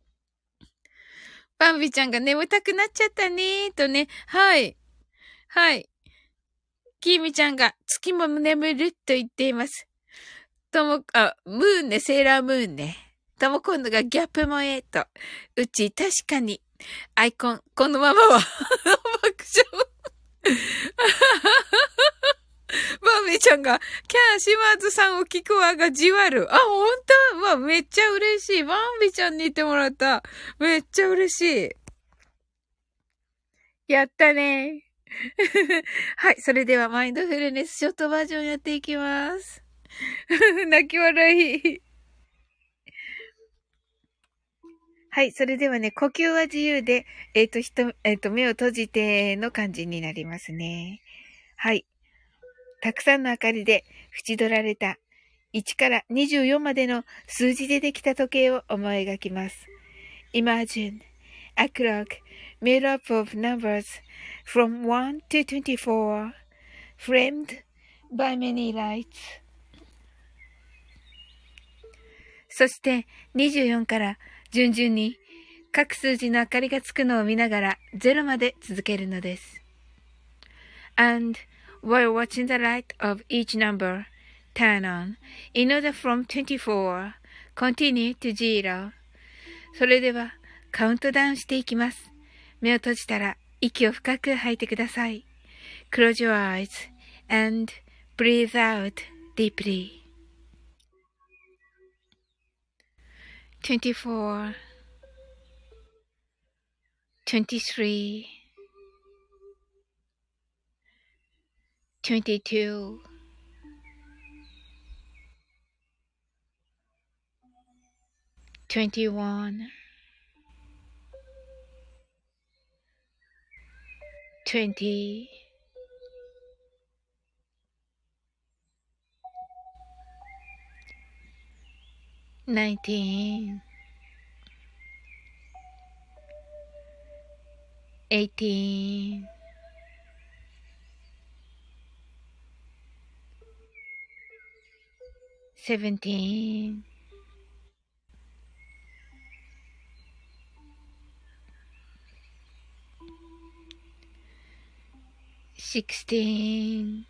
バンビちゃんが眠たくなっちゃったねーとね。はい。はい。キーミちゃんが月も眠ると言っています。とも、あ、ムーンね、セーラームーンね。とも今度がギャップ萌えと。うち確かに、アイコン、このままは、爆笑。バービーちゃんが、キャー島津さんを聞くわがじわる。あ、ほんとわ、めっちゃ嬉しい。バービーちゃんに言ってもらった。めっちゃ嬉しい。やったね。はい、それではマインドフルネスショートバージョンやっていきます。泣き笑い。はい、それではね、呼吸は自由で、えっ、と、ひと、えっ、と、目を閉じての感じになりますね。はい。たくさんの明かりで縁取られたいちからにじゅうよんまでの数字でできた時計を思い描きます。Imagine a clock made up of numbers from one to twenty-four, framed by many lights. そしてにじゅうよんから順々に各数字の明かりがつくのを見ながらゼロまで続けるのです。And while watching the light of each number turn on, in order from twenty-four, continue to zero. それではカウントダウンしていきます。目を閉じたら息を深く吐いてください。Close your eyes and breathe out deeply. twenty-four, twenty-three, twenty-two, twenty-one, twenty, nineteen, eighteen, seventeen, sixteen,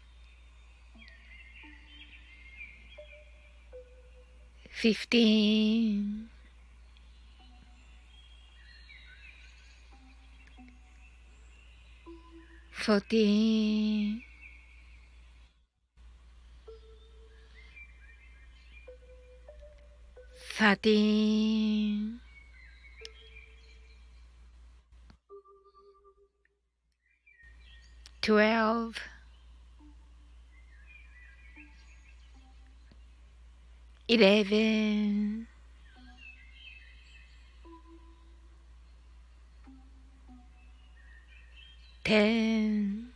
fifteen, fourteen, thirteen, twelve, eleven, ten,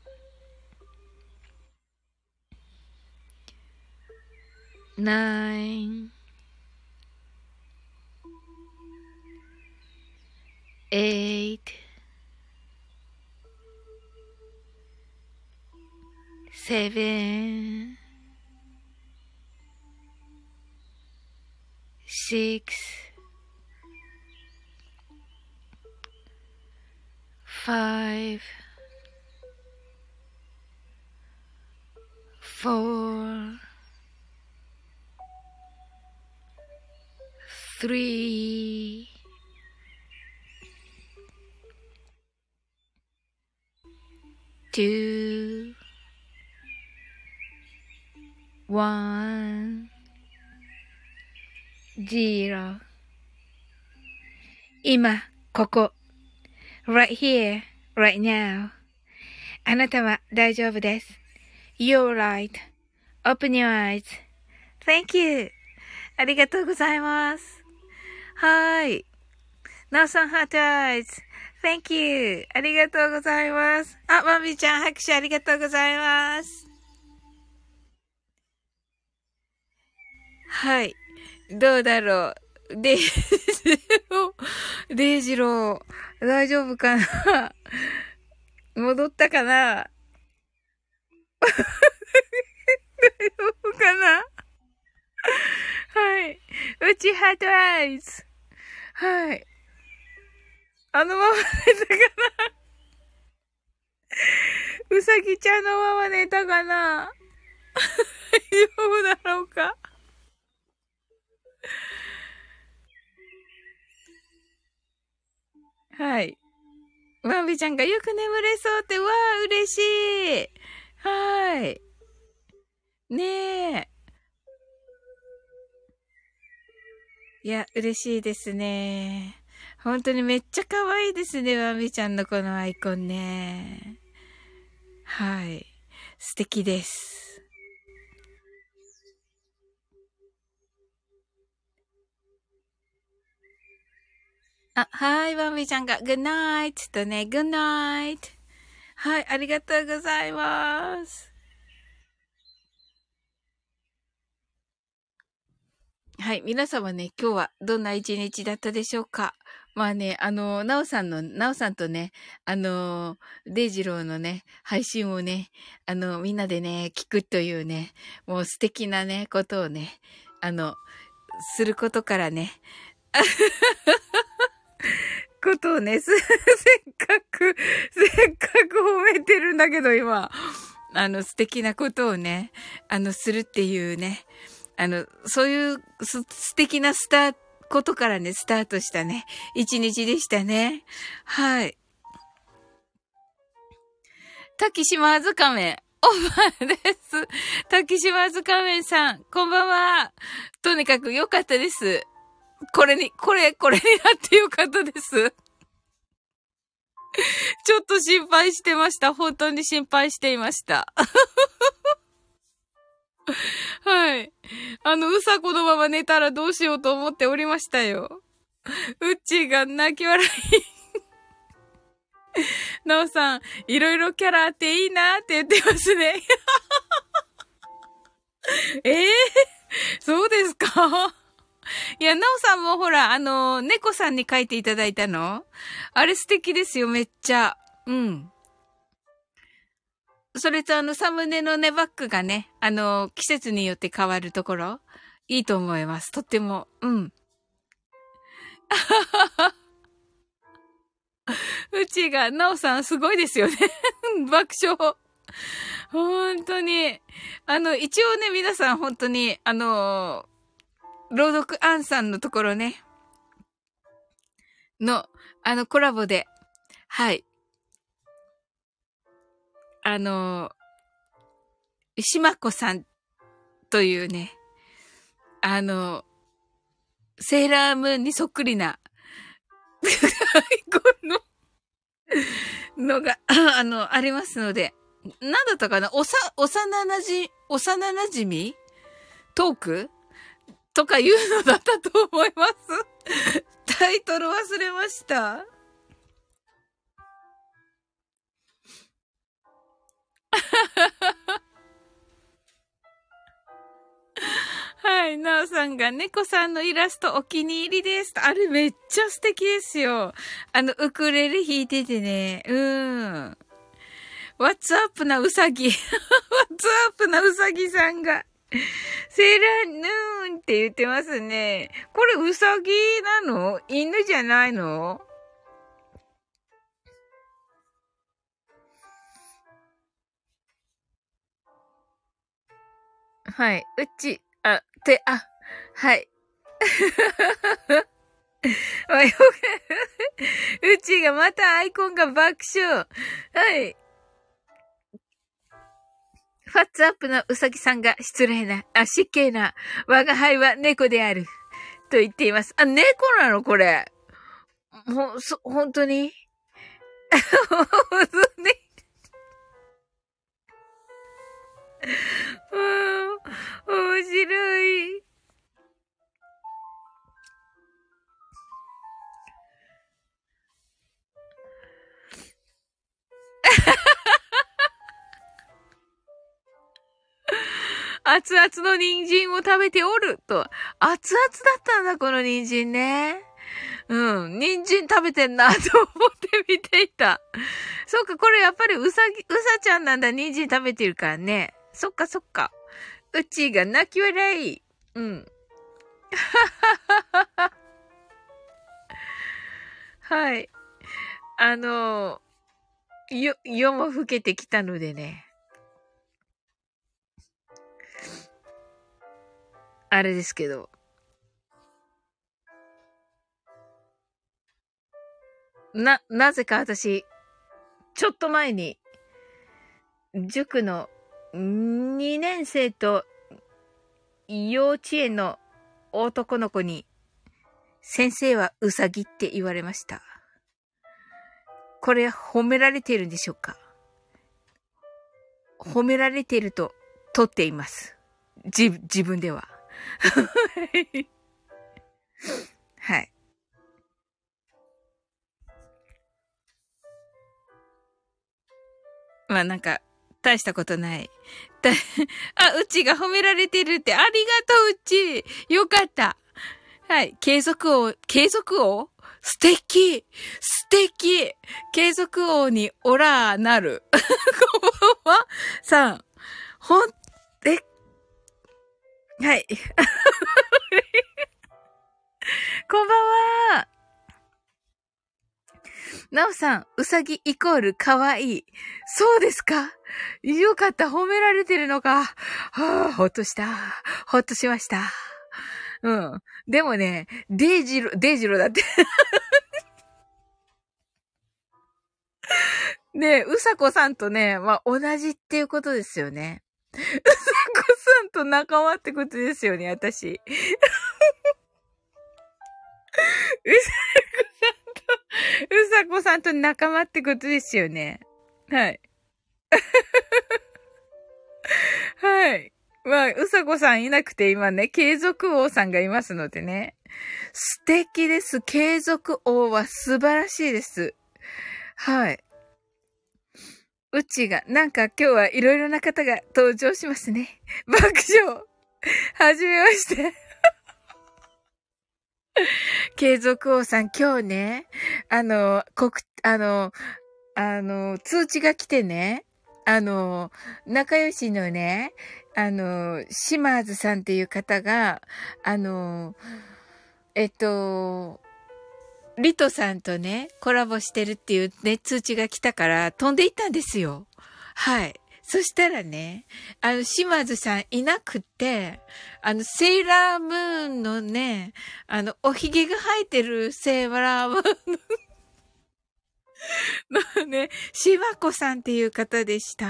nine, eight, seven, six, five, four, three, two, one, zero. 今、ここ。right here, right now. あなたは大丈夫です。You're right.Open your eyes.Thank you. ありがとうございます。はい。なおさんハートアイズ。Thank you. ありがとうございます。あ、まみちゃん拍手ありがとうございます。はい。どうだろう。デイジロー、デイジロー、大丈夫かな戻ったかな大丈夫かなはい。うちハートアイズ。はい。あのまま寝たかなうさぎちゃんのまま寝たかな大丈夫だろうかはい。まんびちゃんがよく眠れそうって、わー、嬉しい。はい。ねえ。いや、嬉しいですね。本当にめっちゃ可愛いですね、まんびちゃんのこのアイコンね。はい。素敵です。あ、はい、まんびちゃんが、good night とね、good night。はい、ありがとうございます。はい、皆様ね、今日はどんな一日だったでしょうか。まあね、あの、なおさんの、なおさんとね、あの、デイジローのね、配信をね、あの、みんなでね、聞くというね、もう素敵なね、ことをね、あの、することからね、ことをね、せっかく、せっかく褒めてるんだけど、今、あの、素敵なことをね、あの、するっていうね、あの、そういうす素敵なスター、ことからね、スタートしたね、一日でしたね。はい。滝島あずかめ、オファーです。滝島あずかめさん、こんばんは。とにかく良かったです。これに、これ、これになって良かったです。ちょっと心配してました。本当に心配していました。はい。あの、うさこのまま寝たらどうしようと思っておりましたよ。うっちーが泣き笑い。 なおさん、いろいろキャラあっていいなって言ってますね。ええー、そうですか？いや、なおさんもほら、あの、猫さんに書いていただいたの？あれ素敵ですよ、めっちゃ。うん。それとあの、サムネのね、バッグがね、あの、季節によって変わるところ、いいと思います。とっても、うん。うちが、なおさんすごいですよね。爆笑。本当に。あの、一応ね、皆さん本当に、あの、朗読アンさんのところね、の、あの、コラボで、はい。あの、しまこさんというね、あの、セーラームーンにそっくりな、この、のが、あの、ありますので、なんだったかなおさ、幼なじ、幼なじみトークとかいうのだったと思います。タイトル忘れました。はい、なおさんが猫さんのイラストお気に入りです。あれめっちゃ素敵ですよ。あの、ウクレレ弾いててね。うん。ワッツアップなウサギ。ワッツアップなウサギさんが。セーラーヌーンって言ってますね。これウサギなの？犬じゃないの？はい。うち、あ、て、あ、はい。うちがまたアイコンが爆笑。はい。ファッツアップのうさぎさんが失礼な、あ、失敬な、我が輩は猫である。と言っています。あ、猫なのこれ。ほ、そ、本当に本当にうん、面白い。熱々の人参を食べておると。熱々だったんだ、この人参ね。うん。人参食べてんな、と思って見ていた。そっか、これやっぱりうさぎ、うさちゃんなんだ、人参食べてるからね。そっかそっか。うちが泣き笑い。うん。はい。あの、よ、夜も更けてきたのでね。あれですけど。な、なぜか私、ちょっと前に、塾のにねん生と幼稚園の男の子に、先生はウサギって言われました。これ褒められているんでしょうか？褒められていると取っています。じ、自分では。はい。まあなんか、大したことない。たあ、うちが褒められてるって、ありがとう、うち。よかった。はい。継続王、継続王素敵素敵継続王にオラーなる。こんばんはさん。ほん、え、はい。こんばんは。なおさん、うさぎイコールかわいい。そうですか？よかった。褒められてるのか。はあ、ほっとした。ほっとしました。うん。でもね、デイジロ、デイジロだって。ねえ、うさこさんとね、まあ、同じっていうことですよね。うさこさんと仲間ってことですよね、私。うさこさんと、うさこさんと仲間ってことですよね。はい。はい。まあ、うさこさんいなくて今ね、継続王さんがいますのでね。素敵です。継続王は素晴らしいです。はい。 うちが、なんか今日はいろいろな方が登場しますね。爆笑。はじめまして。継続王さん、今日ね、あの、国、あの、あの、通知が来てね、あの、仲良しのね、あの、島津さんっていう方が、あの、えっと、リトさんとね、コラボしてるっていうね、通知が来たから飛んでいったんですよ。はい。そしたらね、あの、島津さんいなくて、あの、セーラームーンのね、あの、おひげが生えてるセーラームーンのね、しばこさんっていう方でした。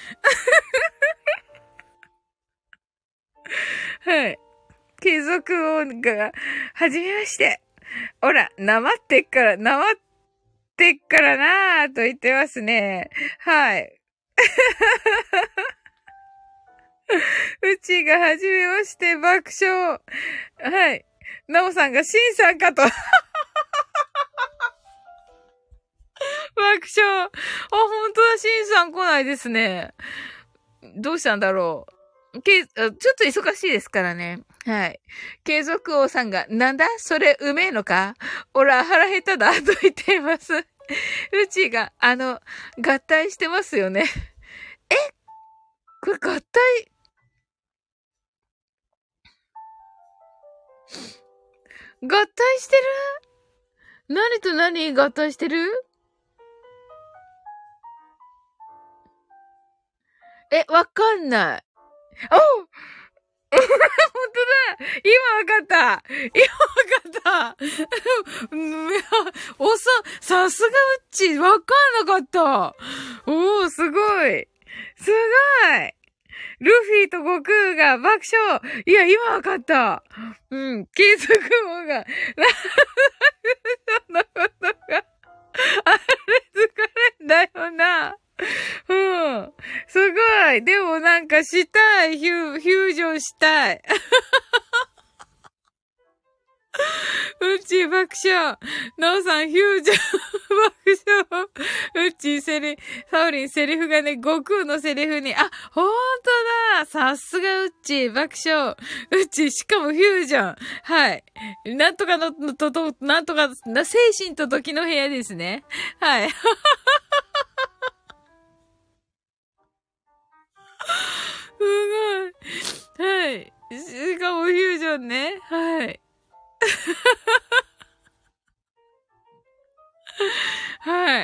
はい。継続音が、はじめまして。ほら、なまってっから、なまってっからなーと言ってますね。はい。うちがはじめまして、爆笑。はい。なおさんがしんさんかと。爆笑。あ、本当だ、しんさん来ないですね。どうしたんだろう。け、ちょっと忙しいですからね。はい。継続王さんが、なんだそれ、うめえのかおら、腹減っただと言っています。うちが、あの、合体してますよね。えこれ合体合体してる何と何合体してるえ、わかんない。お本当だ今わかった今わかったうんおさ、さすがうっちわかんなかったおー、すごいすごいルフィと悟空が爆笑いや、今わかったうん、継続王が、そのことが、あれ疲れんだよな。うん。すごい。でもなんかしたい。フュー、フュージョンしたい。うち爆笑。なおさん、フュージョン爆笑。うちセリ、サオリンセリフがね、悟空のセリフに、あ、ほんとださすがうち爆笑。うち、しかもフュージョン。はい。なんとかの、と、と、なんとか、な、精神と時の部屋ですね。はい。すごい。はい。しかもフュージョンね。はい。はい。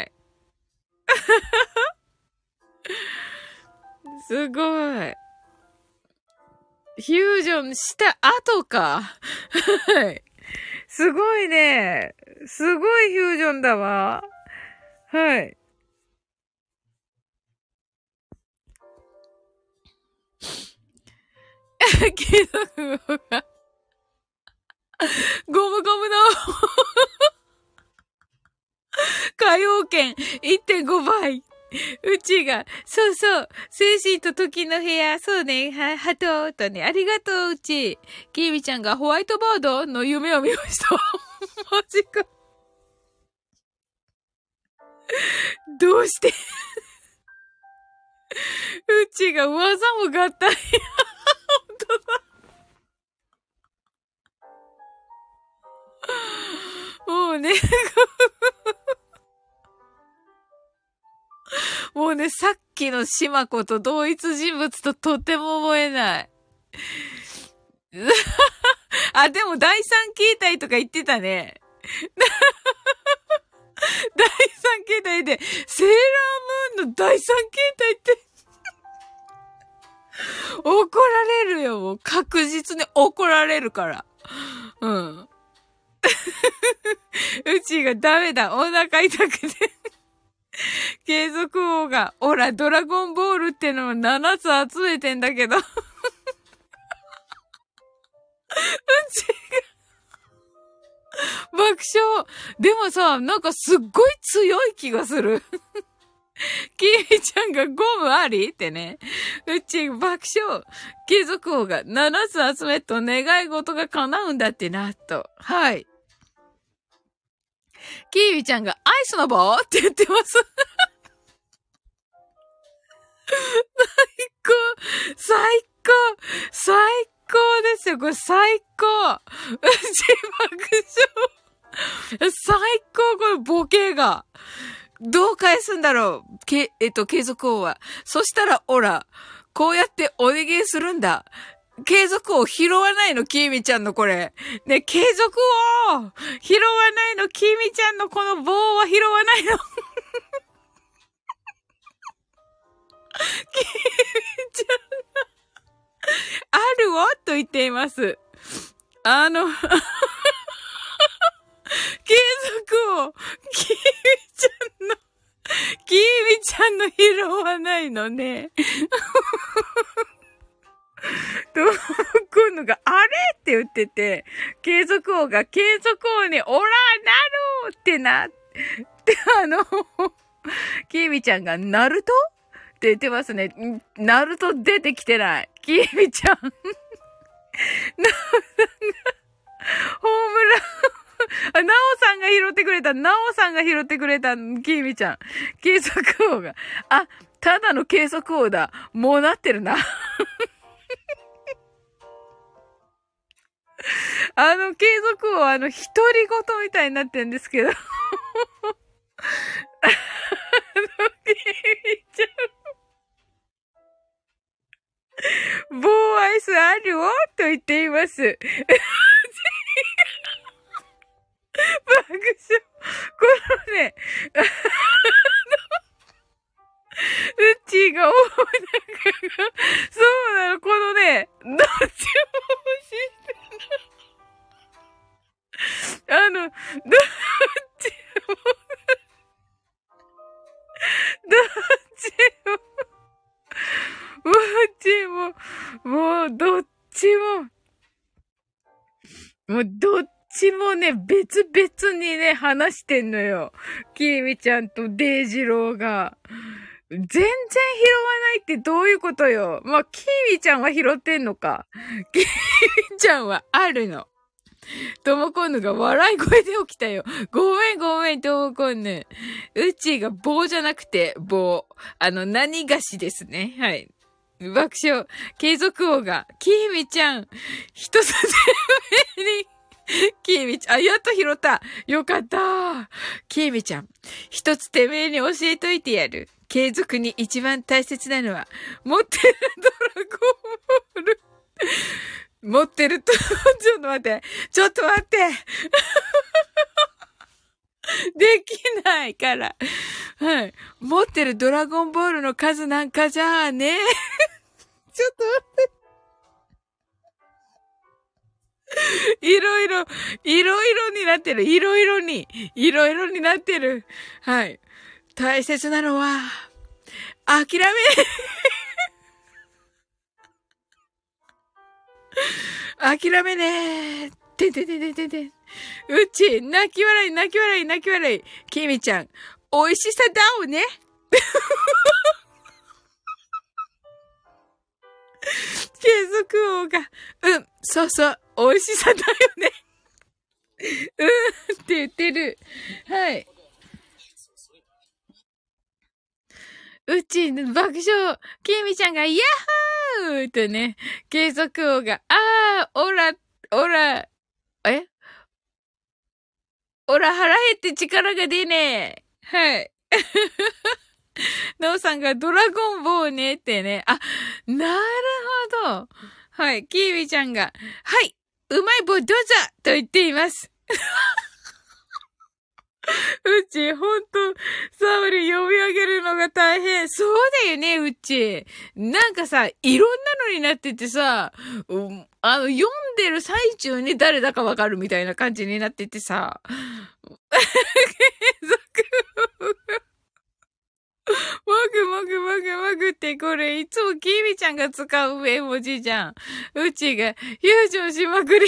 すごい。フュージョンした後か。はい。すごいね。すごいフュージョンだわ。はい。貴族語が、ゴムゴムの歌謡券いってんごばい。うちが、そうそう、精神と時の部屋、そうね、は、ハトとね、ありがとう、うち。キーミちゃんがホワイトボードの夢を見ました。マジか。どうしてうちが技も合体。本当だ。もうね、もうね、さっきの島子と同一人物ととても思えない。あ、でも第三形態とか言ってたね。第三形態で、セーラームーンの第三形態って怒られるよ、もう確実に怒られるから。うん。うちがダメだ、お腹痛くて。継続王が、ほら、ドラゴンボールってのをななつ集めてんだけど。うちが、爆笑。でもさ、なんかすっごい強い気がする。キミちゃんがゴムありってね。うち爆笑。継続王がななつ集めと願い事が叶うんだってな、と。はい。キーミちゃんがアイスの棒って言ってます。 よ、これ最高。うち爆笑。最高、これボケが。どう返すんだろうけ、えっと、継続王は。そしたら、オラ、こうやってお願いするんだ。継続王拾わないの、きみちゃんのこれ。ね、継続王拾わないの、きみちゃんのこの棒は拾わないの。きみちゃんが、あるわと言っています。あの、継続王、きみちゃんの、きみちゃんの拾わないのね。と、今度が、あれって言ってて、継続王が継続王に、オラなるってな、って、あの、きみちゃんが、ナルトって言ってますね。ナルト出てきてない。きみちゃん。なおさんが、ホームラン。あ、なおさんが拾ってくれた。なおさんが拾ってくれた。きみちゃん。継続王が。あ、ただの継続王だ。もうなってるな。あの、継続王、あの、独り言みたいになってるんですけど。あの、きみちゃん。棒アイスあるよと言っています。爆笑。このね、あの、うちが大腹が、そうなの、このね、どっちも欲しい。あの、どっちも、どっちも、どっちも、もう、どっちも、もう、どっちもね、別々にね、話してんのよ。きみちゃんとデイジローが。全然拾わないってどういうことよ。まあ、きみちゃんは拾ってんのか。きみちゃんはあるの。ともこんぬが笑い声で起きたよ。ごめんごめん、ともこんぬ。うちが棒じゃなくて棒。あの、何菓子ですね。はい。爆笑。継続王が、きみちゃん、一つ目に、きみちゃん、あ、やっと拾った。よかった。きみちゃん、一つてめえに教えといてやる。継続に一番大切なのは、持ってるドラゴンボール。持ってると、ちょっと待って。ちょっと待って。できないから。はい。持ってるドラゴンボールの数なんかじゃあね。ちょっと待って。いろいろ、いろいろになってる。いろいろに、いろいろになってる。はい。大切なのは、諦め。諦めねー。てんてんてんてんてんてん。うち、泣き笑い、泣き笑い、泣き笑い。きみちゃん、美味しさだおね。継続王が、うん、そうそう、美味しさだよね。うんって言ってる。はい。うち、爆笑。きみちゃんが、イヤッホーとね、継続王が、あー、オラ、オラ、えオラ腹減って力が出ねえ。はい。なおさんがドラゴンボーねってね。あ、なるほど。はい。キーミちゃんが、はい。うまい棒どうぞと言っています。うち、ほんと、サウリ読み上げるのが大変。そうだよね、うち。なんかさ、いろんなのになっててさ、うん、あの、読んでる最中に誰だかわかるみたいな感じになっててさ。継続。もぐもぐもぐもぐってこれいつもキーミちゃんが使う絵文字じゃん。うちがフュージョンしまくり。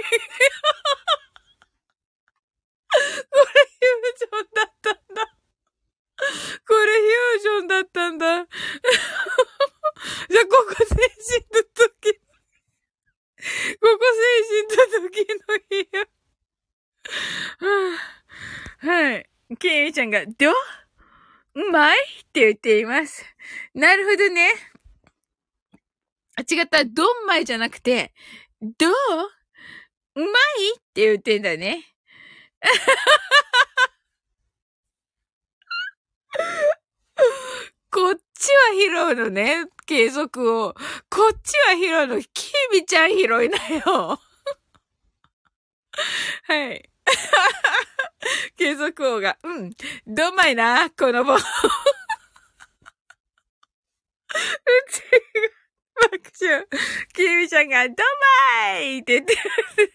これフュージョンだったんだ。これフュージョンだったんだ。じゃあ、ここ精神の時、ここ精神の時の日よ。はい。キーミちゃんが、どううまいって言っています。なるほどね。あ、違った。どんまいじゃなくて、 どううまいって言ってんだね。こっちは拾うのね、継続を。こっちは拾うの、キミちゃん拾いなよ。はい。継続王が、うん、どんまいな、この棒。うちが爆笑。キミちゃんが、どんまいって言ってる。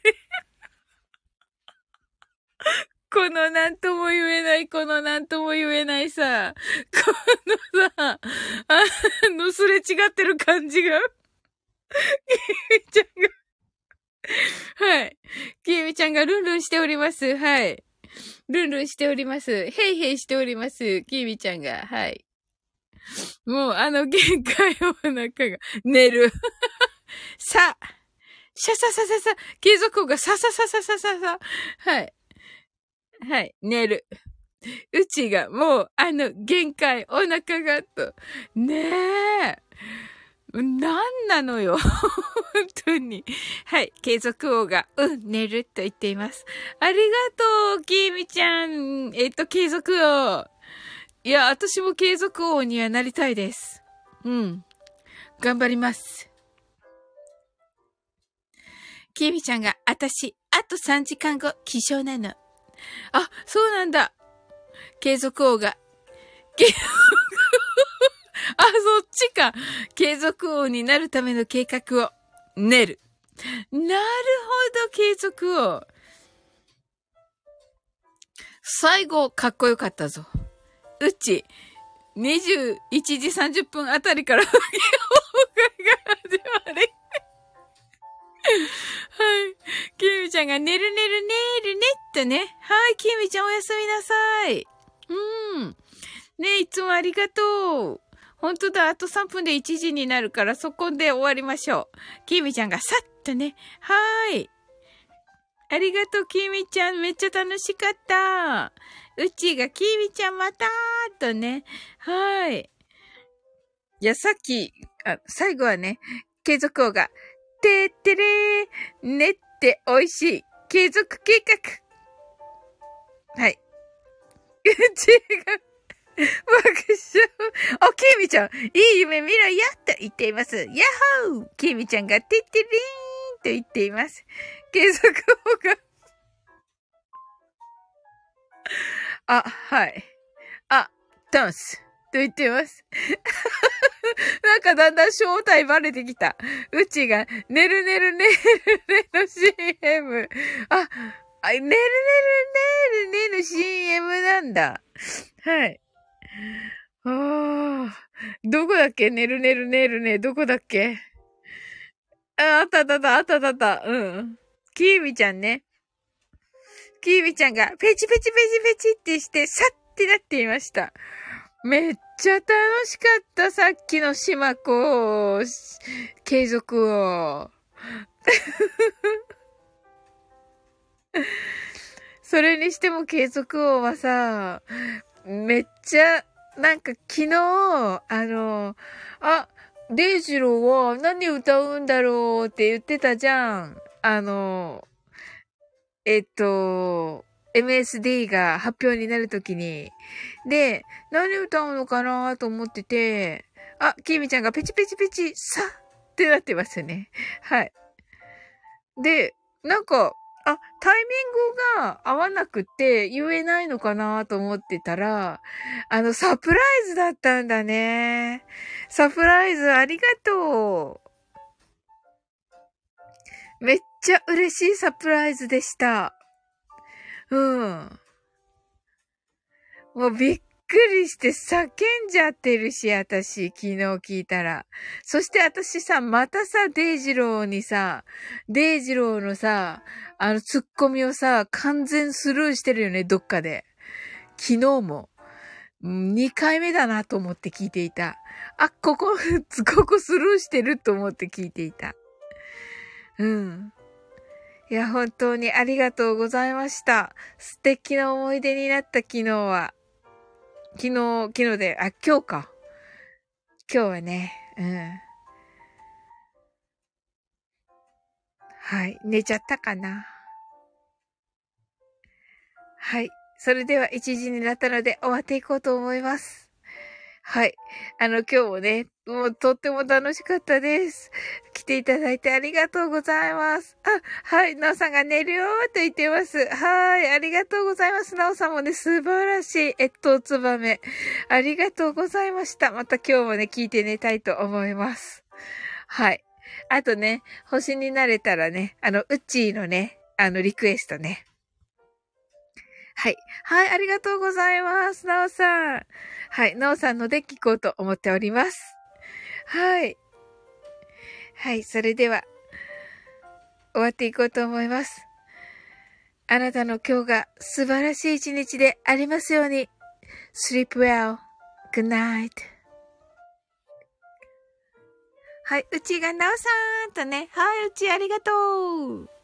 このなんとも言えない、このなんとも言えないさ、このさ、あの、すれ違ってる感じが、キミちゃんが、はい。キミちゃんがルンルンしております。はい。ルンルンしております。ヘイヘイしております。キミちゃんが、はい。もう、あの、限界お腹が、寝る。さ、シャササササ、継続音がサササササササ。はい。はい。寝る。うちがもう、あの、限界、お腹がと。ねえ。なんなのよ。本当に。はい。継続王が、うん、寝ると言っています。ありがとう、きみちゃん。えっと、継続王。いや、私も継続王にはなりたいです。うん。頑張ります。きみちゃんが、あたし、あとさんじかんご、起床なの。あ、そうなんだ。継続王が、継続あ、そっちか。継続王になるための計画を練る。なるほど、継続王。最後、かっこよかったぞ。うち、にじゅういちじさんじゅっぷんあたりから、が始まり。はい。キミちゃんが寝る寝る寝るねってね。はい、キミちゃんおやすみなさい。うん。ねいつもありがとう。ほんとだ、あとさんぷんでいちじになるからそこで終わりましょう。キミちゃんがさっとね。はーい。ありがとう、キミちゃん。めっちゃ楽しかった。うちがキミちゃんまたーとね。はーい。いや、さっき、あ、最後はね、継続王が、てってれー、ねって美味しい。継続計画。はい。うちが、爆笑。あ、キミちゃん、いい夢見ろよと言っています。ヤッホーキミちゃんがてってりーんと言っています。継続王が、あ、はい。あ、ダンス。と言ってます。なんかだんだん正体バレてきた。うちが、ねるねるねるねの シーエム。あ、あ、ねるねるねるねの シーエム なんだ。はい。ああ、どこだっけねるねるねるね。どこだっけあ、あったあったあったあったあった。うん。キーミちゃんね。キーミちゃんがペチペチペチペチってして、さってなっていました。めっちゃ楽しかった、さっきの島子、継続を。それにしても継続王はさ、めっちゃ、なんか昨日、あの、あ、デイジローは何歌うんだろうって言ってたじゃん。あの、えっと、エムエスディー が発表になるときに。で、何歌うのかなと思ってて、あ、キミちゃんがペチペチペチ、さってなってますね。はい。で、なんか、あ、タイミングが合わなくて言えないのかなと思ってたら、あの、サプライズだったんだね。サプライズありがとう。めっちゃ嬉しいサプライズでした。うん。もうびっくりして叫んじゃってるし、私、昨日聞いたら。そして私さ、またさ、デイジローにさ、デイジローのさ、あの、ツッコミをさ、完全スルーしてるよね、どっかで。昨日も。にかいめだなと思って聞いていた。あ、ここ、ここスルーしてると思って聞いていた。うん。いや、本当にありがとうございました。素敵な思い出になった昨日は。昨日、昨日で、あ、今日か。今日はね、うん。 はい。寝ちゃったかな。はい。それではいちじになったので終わっていこうと思います。はい。あの、今日もね、もうとっても楽しかったです。来ていただいてありがとうございます。あ、はい。なおさんが寝るよーと言ってます。はい。ありがとうございます。なおさんもね、素晴らしい。えっと、つばめ。ありがとうございました。また今日もね、聞いて寝たいと思います。はい。あとね、星になれたらね、あの、うっちーのね、あの、リクエストね。はい。はい、ありがとうございます。なおさん。はい、なおさんので聞こうと思っております。はい。はい、それでは、終わっていこうと思います。あなたの今日が素晴らしい一日でありますように。sleep well.good night. はい、うちがなおさんとね。はい、うちありがとう。